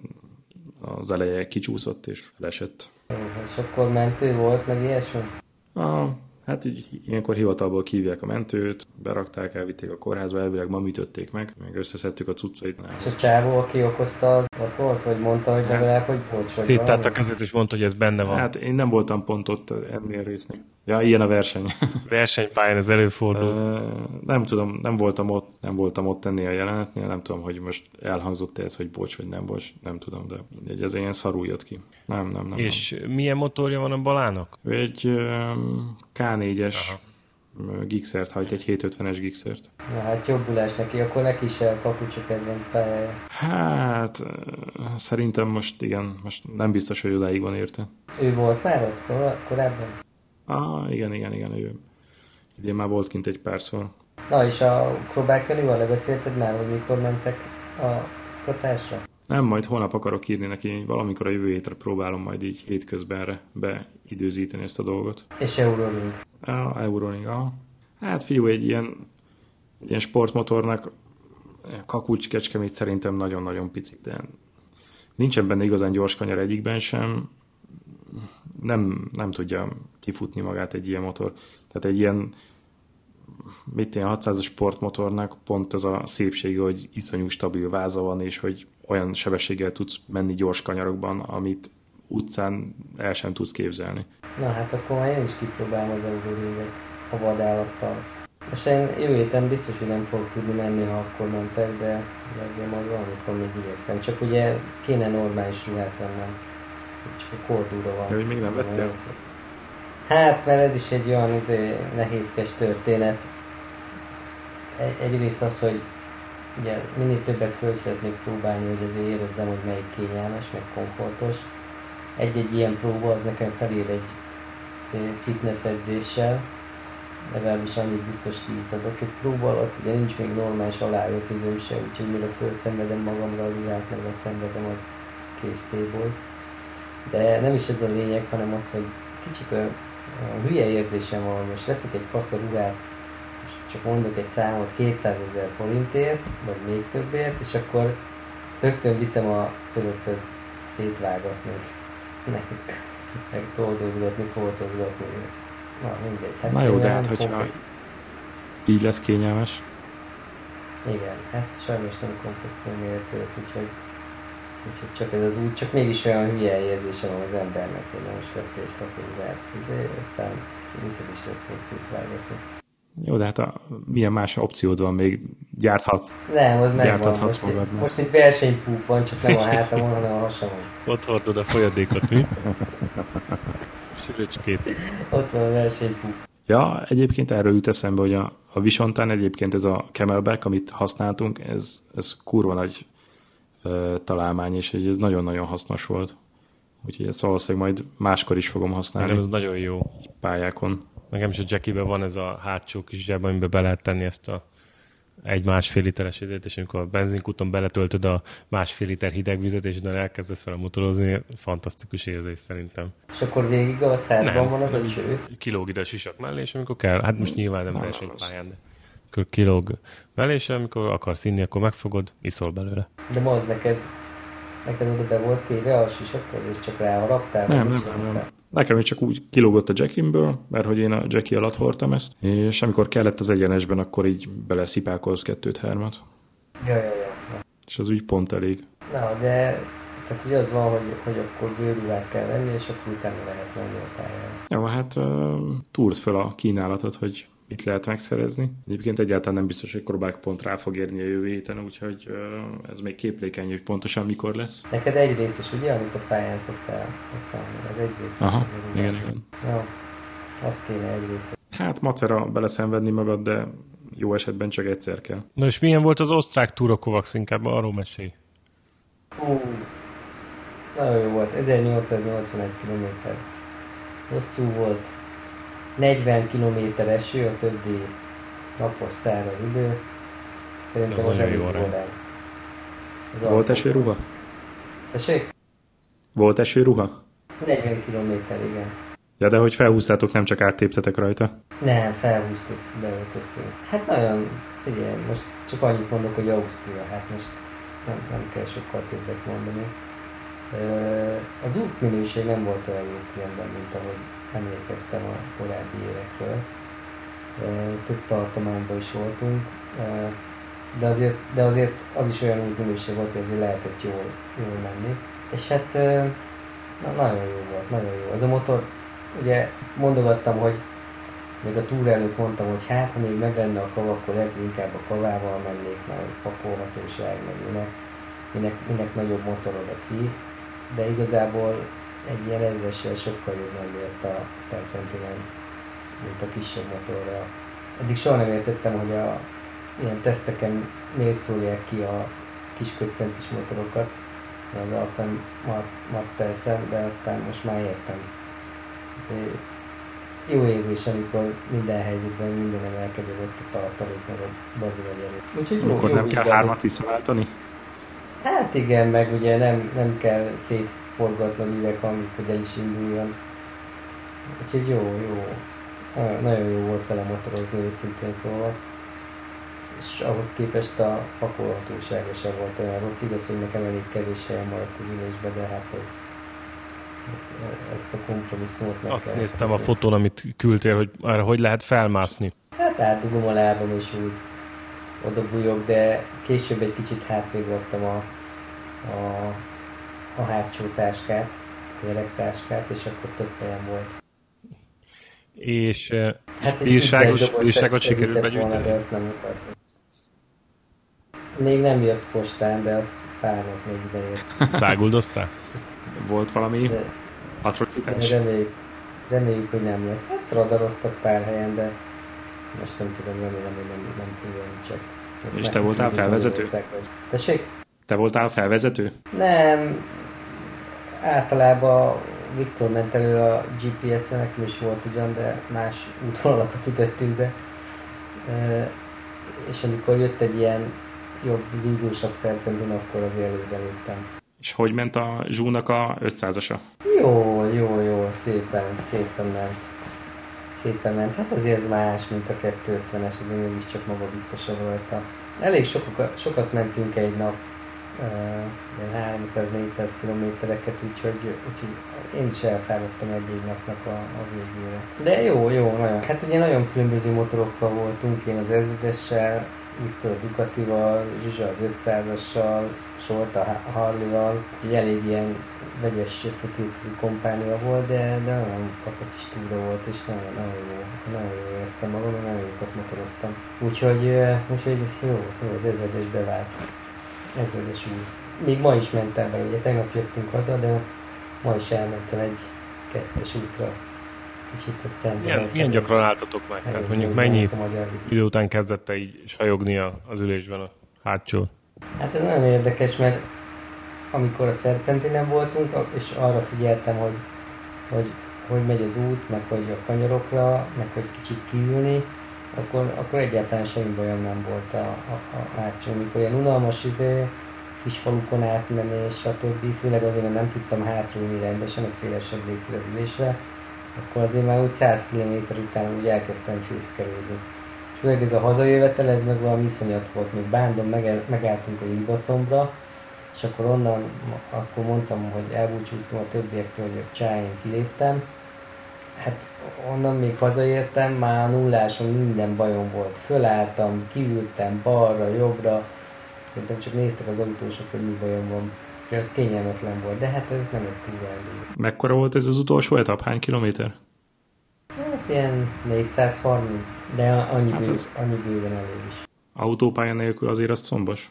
az eleje kicsúszott és lesett. És akkor mentő volt, meg ilyesmi? Ah, hát így ilyenkor hivatalból kívják a mentőt, berakták, elvitték a kórházba, elvileg ma műtötték meg, meg összeszedtük a cuccait. És a csávó, aki okozta, az ott volt, vagy mondta, hogy legalább, hogy bocs, vagy Széttárt a kezét, és mondta, hogy ez benne van. Hát én nem voltam pont ott ennél résznél. Ja, ilyen a verseny. Versenypályán ez előfordul. Nem tudom, nem voltam ott, nem voltam ott ennél a jelenetnél, nem tudom, hogy most elhangzott ez, hogy bocs, vagy nem bocs, nem tudom, de mindegy, ez ilyen szarul jött ki. Nem, nem, nem. És nem. Milyen motorja van a Balának? Egy um, ká négyes Gixxert hajt, egy hétszázötvenes Gixxert. Na hát jobbulás neki, akkor neki is a Kakucs a kedvenc pályája. Hát szerintem most igen, most nem biztos, hogy odáig van érte. Ő volt már ott kor- korábban? Ah, igen, igen, igen, ő. Idén már volt kint egy párszor. Na és a Krobák Janival lebeszélted már, hogy mikor mentek a katásra? Nem, majd holnap akarok írni neki, valamikor a jövő hétre próbálom majd így hétközbenre beidőzíteni ezt a dolgot. És Euroring. A Euroring, aha. Hát fiú, egy ilyen, egy ilyen sportmotornak Kakucs, Kecskemét szerintem nagyon-nagyon picik, de nincsen benne igazán gyors kanyar egyikben sem. Nem, nem tudja kifutni magát egy ilyen motor. Tehát egy ilyen mit ilyen hatszázas sportmotornak pont az a szépsége, hogy iszonyú stabil váza van, és hogy olyan sebességgel tudsz menni gyors kanyarokban, amit utcán el sem tudsz képzelni. Na hát akkor már én is kipróbálom az Euroleague-et a vadállattal. Most én jövő héten biztos, hogy nem fogok tudni menni, ha akkor mentek, de azért majd valamikor még igyekszem. Csak ugye kéne normális ruhát vennem. Csak a kordúra van. De hogy még nem vettél? Hát, mert ez is egy olyan izé, nehézkes történet. Egy, egyrészt az, hogy ugye minél többet föl szeretnék próbálni, hogy azért érezzem, hogy melyik kényelmes, meg komfortos. Egy-egy ilyen próba az nekem felér egy fitness edzéssel, legalábbis annyit biztos kiiszadok egy próba alatt, ugye nincs még normális aláöltözőm se, úgyhogy mire felszenvedem magamra a ruhát, meg leszenvedem, az kész téboly. De nem is ez a lényeg, hanem az, hogy kicsit olyan, olyan hülye érzésem van, hogy most veszek egy fasz a ruhát, csak mondok egy számot kétszázezer forintért, vagy még többért, és akkor rögtön viszem a szülőkhöz szétvágatni, meg, meg toldozgatni, foltozgatni. Na mindegy. Hát Na jó, de hát hogyha így lesz kényelmes. Igen, hát sajnos nem konfekció méretőt, úgyhogy, úgyhogy csak ez az úgy, csak mégis olyan hülye érzése van az embernek, hogy nem is vettél egy faszolgát, aztán viszed is rögtön szétvágatni. Jó, de hát a, milyen más opciód van még? Gyárthat, nem, az megvan. Most, egy, most egy versenypúp van, csak nem a hátamon, hanem a hasamon. Ott hordod a folyadékot, mi? Süröcskét. Ott van a versenypúp. Ja, egyébként erről jut eszembe, hogy a, a Visontán egyébként ez a Camelback, amit használtunk, ez, ez kurva nagy uh, találmány, és ez nagyon-nagyon hasznos volt. Úgyhogy ezt valószínűleg majd máskor is fogom használni. Nekem ez nagyon jó. Pályákon. Nekem is a Jackie-ben van ez a hátsó kis zseb, amiben be lehet tenni ezt a egy másfél literes vizet, és amikor a benzinkúton beletöltöd a másfél liter hideg vizet, és utána elkezdesz vele motorozni, fantasztikus érzés szerintem. És akkor végig a szádban van az a cső? Kilóg ide a sisak mellé, és amikor kell, hát most nyilván nem versenypályán, de akkor kilóg mellé, és amikor akarsz inni, akkor megfogod, iszol belőle. De ma az neked, neked oda be volt téve a sisakod, és csak ráharaptál? Nem, nem, nem, nem. Nekem is csak úgy kilógott a Jackimből, mert hogy én a Jackie alatt hordtam ezt, és amikor kellett az egyenesben, akkor így beleszipálkolsz kettőt-hármat. Ja, ja, ja. És az úgy pont elég. Na, de tehát ugye az van, hogy, hogy akkor bőrruhát kell venni, és akkor utána lehet menni a pályára. Ja, hát uh, túrd fel a kínálatot, hogy mit lehet megszerezni. Egyébként egyáltalán nem biztos, hogy Krobák pont rá fog érni a jövő héten, úgyhogy uh, ez még képlékeny, hogy pontosan mikor lesz. Neked egy rész is, ugye, amit a pályán szoktál használni? Az egy rész. Aha, igen, igen. Ja, azt kéne egy rész. Hát macera beleszenvedni magad, de jó esetben csak egyszer kell. Na és milyen volt az osztrák túra, Kovacs, inkább arról mesélj? Hú, nagyon jó volt, ezernyolcszáznyolcvanegy kilométer. Hosszú volt, negyven kilométer eső, a többi napos száraz idő. Szerintem az az nagyon elég jó arány. Volt esőruha? Tessék? Volt esőruha? negyven kilométer, igen. Ja, de hogy felhúztátok, nem csak áttéptetek rajta? Nem, felhúztuk, beöltöztünk. Hát nagyon, figyelj, most csak annyit mondok, hogy Ausztria, hát most nem, nem kell sokkal többet mondani. Az útminőség nem volt olyan jó különben, mint ahogy emlékeztem a korábbi évekről. Több tartományban is voltunk, de azért, de azért az is olyan útminőség volt, hogy azért lehetett jól, jól menni. És hát na, nagyon jó volt, nagyon jó. Ez a motor, ugye mondogattam, hogy még a túra előtt mondtam, hogy hát, ha még meg lenne a kava, akkor lehet, hogy inkább a kavával mennék, mert pakolhatóság, meg minek, minek, minek nagyobb motor oda ki. De igazából egy ilyen ezressel sokkal jobban ért a Serpentinen, mint a kisebb motorra. Eddig soha nem értettem, hogy a ilyen teszteken miért szólják ki a kis kötcentis motorokat, az Alpen Masters-en, de aztán most már értem. De jó érzés, amikor minden helyzetben minden emelkedő ott a tartalék, meg a bazi vagy elő. Úgyhogy jó, Akkor jó, nem kell igaz. hármat visszaváltani? Hát igen, meg ugye nem, nem kell szétforgatni a üveghangit, hogy el is induljon. Úgyhogy jó, jó. Nagyon, nagyon jó volt vele motorozni, őszintén szólva. És ahhoz képest a pakolhatósága sem volt olyan rossz. Igaz, hogy nekem elég kevés helyen maradt az ülésbe, de hát ez, ez, ezt a kompromisszumot meg Azt kell. néztem a fotón, amit küldtél, hogy arra hogy lehet felmászni. Hát átdugom a lábam és úgy oda bújok, de később egy kicsit hátrébb raktam a, a, a hátsó táskát, gyerektáskát, és akkor több helyen volt. És hát bírságos, bírságot sikerült begyűjteni? De azt nem mutatom. Még nem jött postán, de azt párnak még idejött. Száguldoztál? Volt valami de, atrocitás? Reméljük, reméljük, hogy nem lesz. Hát radaroztak pár helyen, de most nem tudom, remélem, hogy nem, nem tudom, csak... És te voltál felvezető? Tessék? Te voltál felvezető? Nem. Általában Viktor ment elő a gé pé es-en, nekem is volt ugyan, de más útvonalakat ütöttünk be. E, és amikor jött egy ilyen jobb, zúzósabb szerkendőn, akkor az előre léptem. És hogy ment a Zsúnak a ötszázasa? Jó, jó, jó, szépen, szépen ment. Szépen ment. Hát azért ez más, mint a kétszázötvenes, azért mégiscsak magabiztosabb rajta. Elég sokat, sokat mentünk egy nap, uh, háromszáz-négyszáz kilométereket, úgyhogy, úgyhogy én is elfáradtam egy-egy napnak a, a végére. De jó, jó, nagyon. Hát ugye nagyon különböző motorokkal voltunk, én az ezredessel, Viktor a Ducatival, Zsuzsa az ötszázassal, Solt a Harley-val, egy elég ilyen vegyes összetételű kompánia volt, de, de nagyon fasz a kis túra volt, és nagyon, nagyon jó, nagyon jó éreztem magam, nagyon jókat motoroztam. Úgyhogy, úgyhogy jó, jó, az ezredes bevált. Ezredes úr. Még ma is mentem be, ugye tegnap jöttünk haza, de ma is elmentem egy kettes útra. Kicsit ott szemben. Milyen, milyen gyakran álltatok meg? Tehát mondjuk mennyi idő után kezdett így sajogni az ülésben a hátsó? Hát ez nagyon érdekes, mert amikor a szerpentinen voltunk, és arra figyeltem, hogy, hogy hogy megy az út, meg hogy a kanyarokra, meg hogy kicsit kiülni, akkor, akkor egyáltalán semmi bajom nem volt a, a, a hátsó. Mikor ilyen unalmas izé, kis falukon átmenés, stb. Főleg azért, mert nem tudtam hátrulni rendesen a szélesebb részre az ülésre, akkor azért már úgy száz kilométer után úgy elkezdtem fészkelődni. És főleg ez a hazajövetel, ez meg valami iszonyat volt, még Bándon megálltunk a Libacombra, és akkor onnan, akkor mondtam, hogy elbúcsúztam a többiektől, hogy a csájén kiléptem. Hát onnan még hazaértem, már nulláson minden bajom volt. Fölálltam, kiültem balra, jobbra, szerintem csak néztek az autósok, hogy mi bajom van. És ez kényelmetlen volt, de hát ez nem egy túl elég. Mekkora volt ez az utolsó etap? Hány kilométer? Hát ilyen négyszázharminc, de annyi, hát bő, az... annyi bőven elég is. Autópálya nélkül azért az szombos?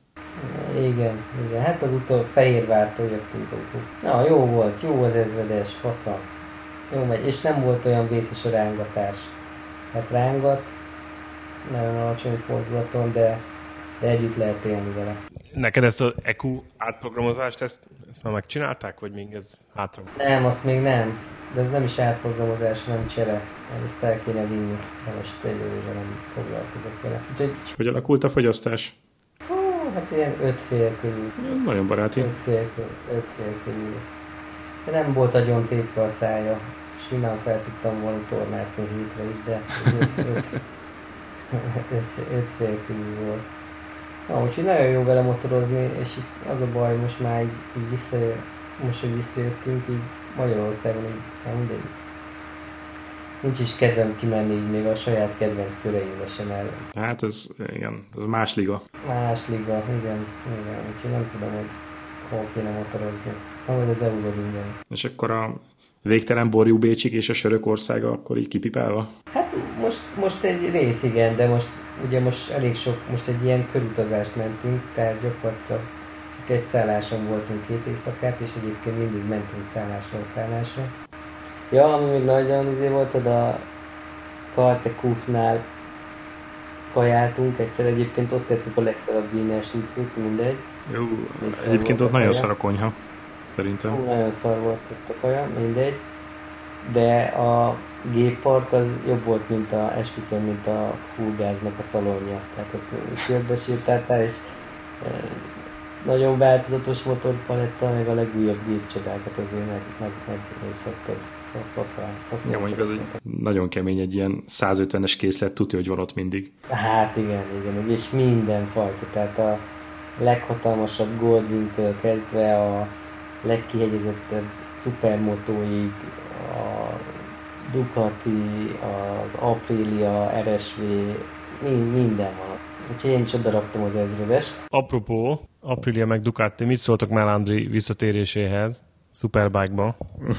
Igen, igen, hát az utol Fehérvártól jöttünk autó. Na, jó volt, jó az ezredes, faszal. Jó megy, és nem volt olyan vészes a rángatás. Hát rángat, nagyon alacsony fordulaton, de, de együtt lehet élni vele. Neked ezt az é kú átprogramozást, ezt, ezt már megcsinálták, vagy még ez hátra? Nem, azt még nem. De ez nem is átprogramozás, nem csere. Ezt el kéne vinni, de most egyelőre nem foglalkozok vele. Úgyhogy... És hogy alakult a fogyasztás? Hát ilyen öt fél körül. Ez nagyon baráti. öt fél körül. öt fél körül. De nem volt agyon tépve a szája. Simán fel tudtam volna tornászni hétre is, de öt fél körül volt. Na, úgyhogy nagyon jó vele motorozni, és itt az a baj, most már így, így visszajö, most, hogy visszajöttünk, így Magyarországon így, nem mindegy. Nincs is kedvem kimenni így még a saját kedvenc köreimbe sem el. Hát ez, igen, ez más liga. Más liga, igen, igen. Úgyhogy nem tudom, hogy hol kéne motorozni. Ahogy az Euroringen. És akkor a végtelen borjú Bécsik és a sörök országa akkor így kipipálva? Hát most, most egy rész igen, de most ugye most elég sok, most egy ilyen körutazást mentünk, tehát gyakorlatilag egy szálláson voltunk két éjszakát, és egyébként mindig mentünk szállásról szállásra. Ja, ami még nagyon izé volt, oda Kalte Kufnál kajáltunk, egyszer egyébként ott tettük a legszarabb Wiener Schnitzelit, mindegy. Jó, egyébként ott nagyon szar a konyha, szerintem. Hú, nagyon szar volt ott a kaja, mindegy. De a géppart az jobb volt, mint a esküszöm, mint a fullgáznak a szalonja. Tehát ott körbe sétáltál, és e, nagyon változatos motorpaletta, meg a legújabb gépcsodákat azért meg, meg, megnézheted. Ja, mondjuk az egy nagyon kemény, egy ilyen százötvenes készlet, tudja, hogy van ott mindig. Hát igen, igen, és minden fajta, tehát a leghatalmasabb Goldwing-től kezdve a legkihegyezettebb szupermotóig, a Ducati, az Aprilia, er es vé, minden van. Úgyhogy én is odaraktam az ezredest. Apropó, Aprilia meg Ducati, mit szóltok Melandri visszatéréséhez? Superbike-ba.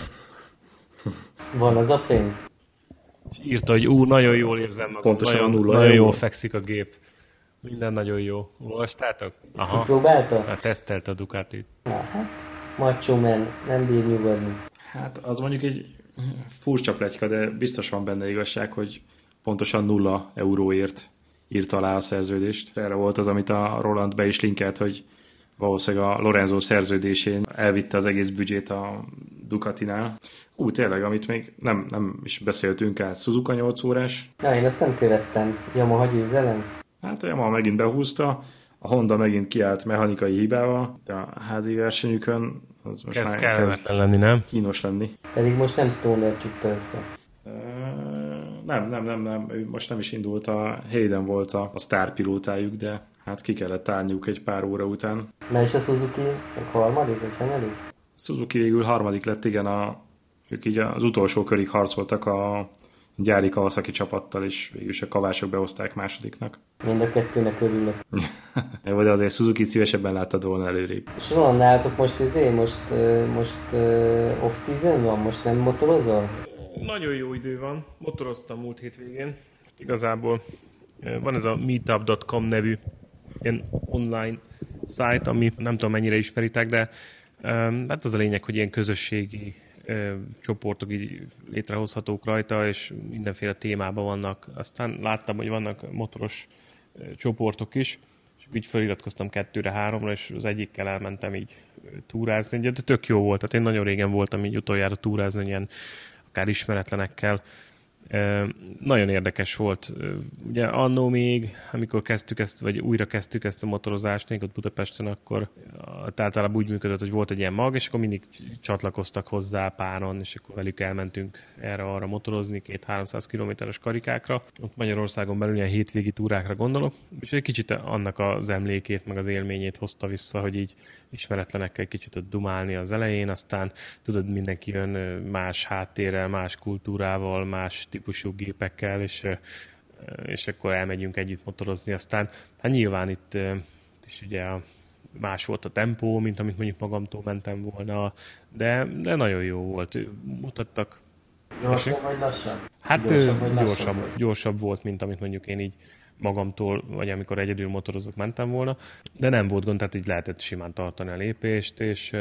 Van az a pénz. És írta, hogy ú, nagyon jól érzem magam. Pontosan nagyon, nulla nagyon euró. jól fekszik a gép. Minden nagyon jó. Olvastátok? Aha. Próbálta? Hát tesztelt a Ducatit. Na hát, macho man, nem bír nyugodni. Hát az mondjuk egy furcsa pletyka, de biztos van benne igazság, hogy pontosan nulla euróért írta alá a szerződést. Erre volt az, amit a Roland be is linkelt, hogy valószínűleg a Lorenzo szerződésén elvitte az egész büdzsét a Ducatinál. Ú, tényleg, amit még nem, nem is beszéltünk át, Suzuka nyolc órás. Na, én azt nem követtem. Yamaha győzelem? Hát a Yamaha megint behúzta, a Honda megint kiállt mechanikai hibával, de a házi versenyükön az most Kezd már kezd lenni, nem? kínos lenni. Pedig most nem Stoner csukta össze. Nem, nem, nem, nem, ő most nem is indult, a Hayden volt a, a sztárpilótájuk, de hát ki kellett állniuk egy pár óra után. Na és a Suzuki a harmadik, vagy hanyadik? Suzuki végül harmadik lett, igen, a, ők így az utolsó körig harcoltak a gyári Kawasaki csapattal, és végül is a kavások behozták másodiknak. Mind a kettőnek örülök. De azért Suzuki szívesebben láttad volna előrébb. És Roland, nálatok most izé, most, uh, most uh, off-season van? Most nem motorozol? Nagyon jó idő van. Motoroztam múlt hétvégén. Igazából van ez a meetup pont com nevű ilyen online szájt, ami nem tudom mennyire ismeritek, de um, hát az a lényeg, hogy ilyen közösségi uh, csoportok így létrehozhatók rajta, és mindenféle témában vannak. Aztán láttam, hogy vannak motoros uh, csoportok is, és így feliratkoztam kettőre, háromra, és az egyikkel elmentem így túrázni. De tök jó volt, tehát én nagyon régen voltam így utoljára túrázni, ilyen akár ismeretlenekkel. E, nagyon érdekes volt. Ugye annó még, amikor kezdtük ezt, vagy újra kezdtük ezt a motorozást, még ott Budapesten, akkor általában úgy működött, hogy volt egy ilyen mag, és akkor mindig csatlakoztak hozzá páron, és akkor velük elmentünk erre-arra motorozni, két-háromszáz kilométeres karikákra. Ott Magyarországon belül ilyen hétvégi túrákra gondolok, és egy kicsit annak az emlékét, meg az élményét hozta vissza, hogy így ismeretlenekkel kicsit ott dumálni az elején, aztán tudod, mindenki jön más háttérrel, más kultúrával, más típusú gépekkel, és, és akkor elmegyünk együtt motorozni. Aztán hát nyilván itt is ugye más volt a tempó, mint amit mondjuk magamtól mentem volna, de, de nagyon jó volt. Mutattak. Gyorsabb vagy lassabb? Hát gyorsabb, vagy gyorsabb, lassabb, gyorsabb volt, mint amit mondjuk én így magamtól, vagy amikor egyedül motorozok, mentem volna, de nem volt gond, tehát így lehetett simán tartani a lépést, és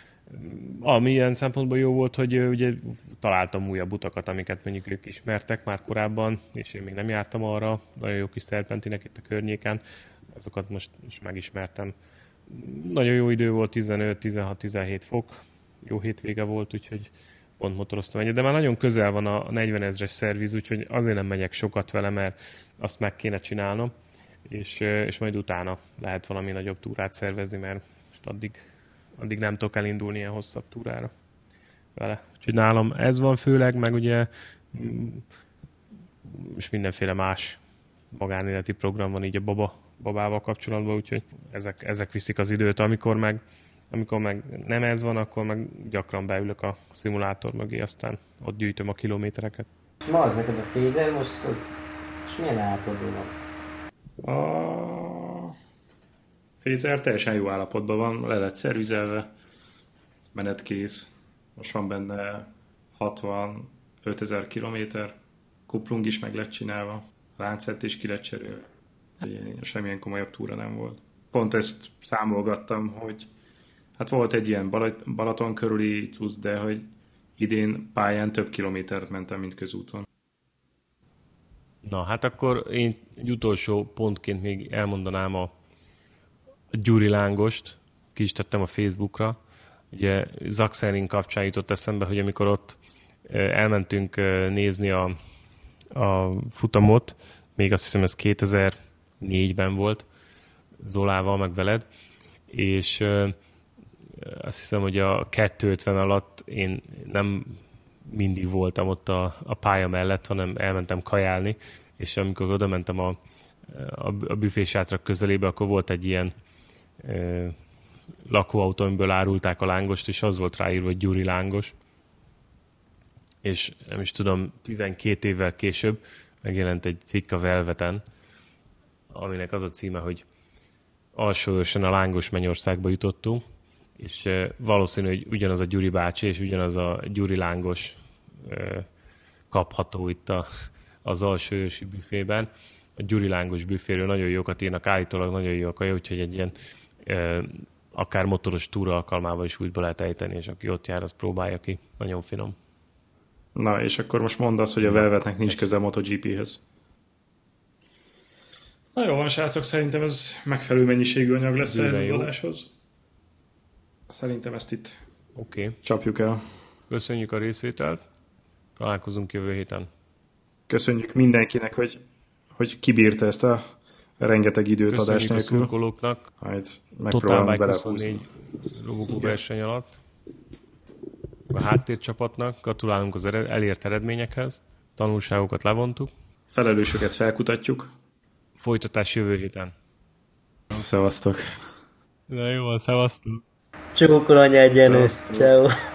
ami ilyen szempontból jó volt, hogy ugye találtam újabb utakat, amiket mondjuk ők ismertek már korábban, és én még nem jártam arra, nagyon jó kis szerpentinek itt a környéken, azokat most is megismertem. Nagyon jó idő volt, tizenöt, tizenhat, tizenhét fok, jó hétvége volt, úgyhogy pont motoroztam egyet, de már nagyon közel van a negyven ezres szerviz, úgyhogy azért nem megyek sokat vele, mert azt meg kéne csinálnom, és, és majd utána lehet valami nagyobb túrát szervezni, mert most addig, addig nem tudok elindulni ilyen hosszabb túrára vele. Úgyhogy nálam ez van főleg, meg ugye és mindenféle más magánéleti program van így a baba, babával kapcsolatban, úgyhogy ezek, ezek viszik az időt, amikor meg Amikor meg nem ez van, akkor meg gyakran beülök a szimulátor mögé, aztán ott gyűjtöm a kilométereket. Ma az neked a fézer most, és milyen állapotban van? A fézer teljesen jó állapotban van, le lett szervizelve, menetkész, most van benne hatvanötezer kilométer, kuplung is meg lett csinálva, láncszett is ki lett cserélve. Semmilyen komolyabb túra nem volt. Pont ezt számolgattam, hogy hát volt egy ilyen Balaton körüli cucc, de hogy idén pályán több kilométert mentem, mint közúton. Na, hát akkor én egy utolsó pontként még elmondanám a, a Gyuri Lángost, ki is tettem a Facebookra. Ugye Zakserin kapcsán jutott eszembe, hogy amikor ott elmentünk nézni a, a futamot, még azt hiszem ez kétezer-négyben volt, Zolával meg veled, és azt hiszem, hogy a kétszázötven alatt én nem mindig voltam ott a, a pálya mellett, hanem elmentem kajálni, és amikor oda mentem a, a, a büfésátrak közelébe, akkor volt egy ilyen e, lakóautó, amiből árulták a lángost, és az volt ráírva, hogy Gyuri Lángos. És nem is tudom, tizenkét évvel később megjelent egy cikk a Velveten, aminek az a címe, hogy alsóőrsen a lángos mennyországba jutottunk, és valószínű, hogy ugyanaz a Gyuri bácsi és ugyanaz a Gyuri lángos kapható itt a, az alsóősi büfében. A Gyuri lángos büféről nagyon jókat írnak, állítólag nagyon jó a kaja, úgyhogy egy ilyen akár motoros túra alkalmával is úgy be lehet ejteni, és aki ott jár, az próbálja ki. Nagyon finom. Na, és akkor most mondd azt, hogy a Velvetnek nincs köze a MotoGP-hez. Na jó van, srácok, szerintem ez megfelelő mennyiségű anyag lesz ez az adáshoz. Szerintem ezt itt okay. csapjuk el. Köszönjük a részvételt. Találkozunk jövő héten. Köszönjük mindenkinek, hogy, hogy kibírta ezt a rengeteg időt adás nélkül. Köszönjük a szurkolóknak. Majd megpróbálom belehúzni. Robogó verseny alatt. A háttércsapatnak gratulálunk az elért eredményekhez. Tanulságokat levontuk. Felelősöket felkutatjuk. Folytatás jövő héten. Szevasztok. Na jó, szevasztok. Csókolanya egyenlő. Ciao.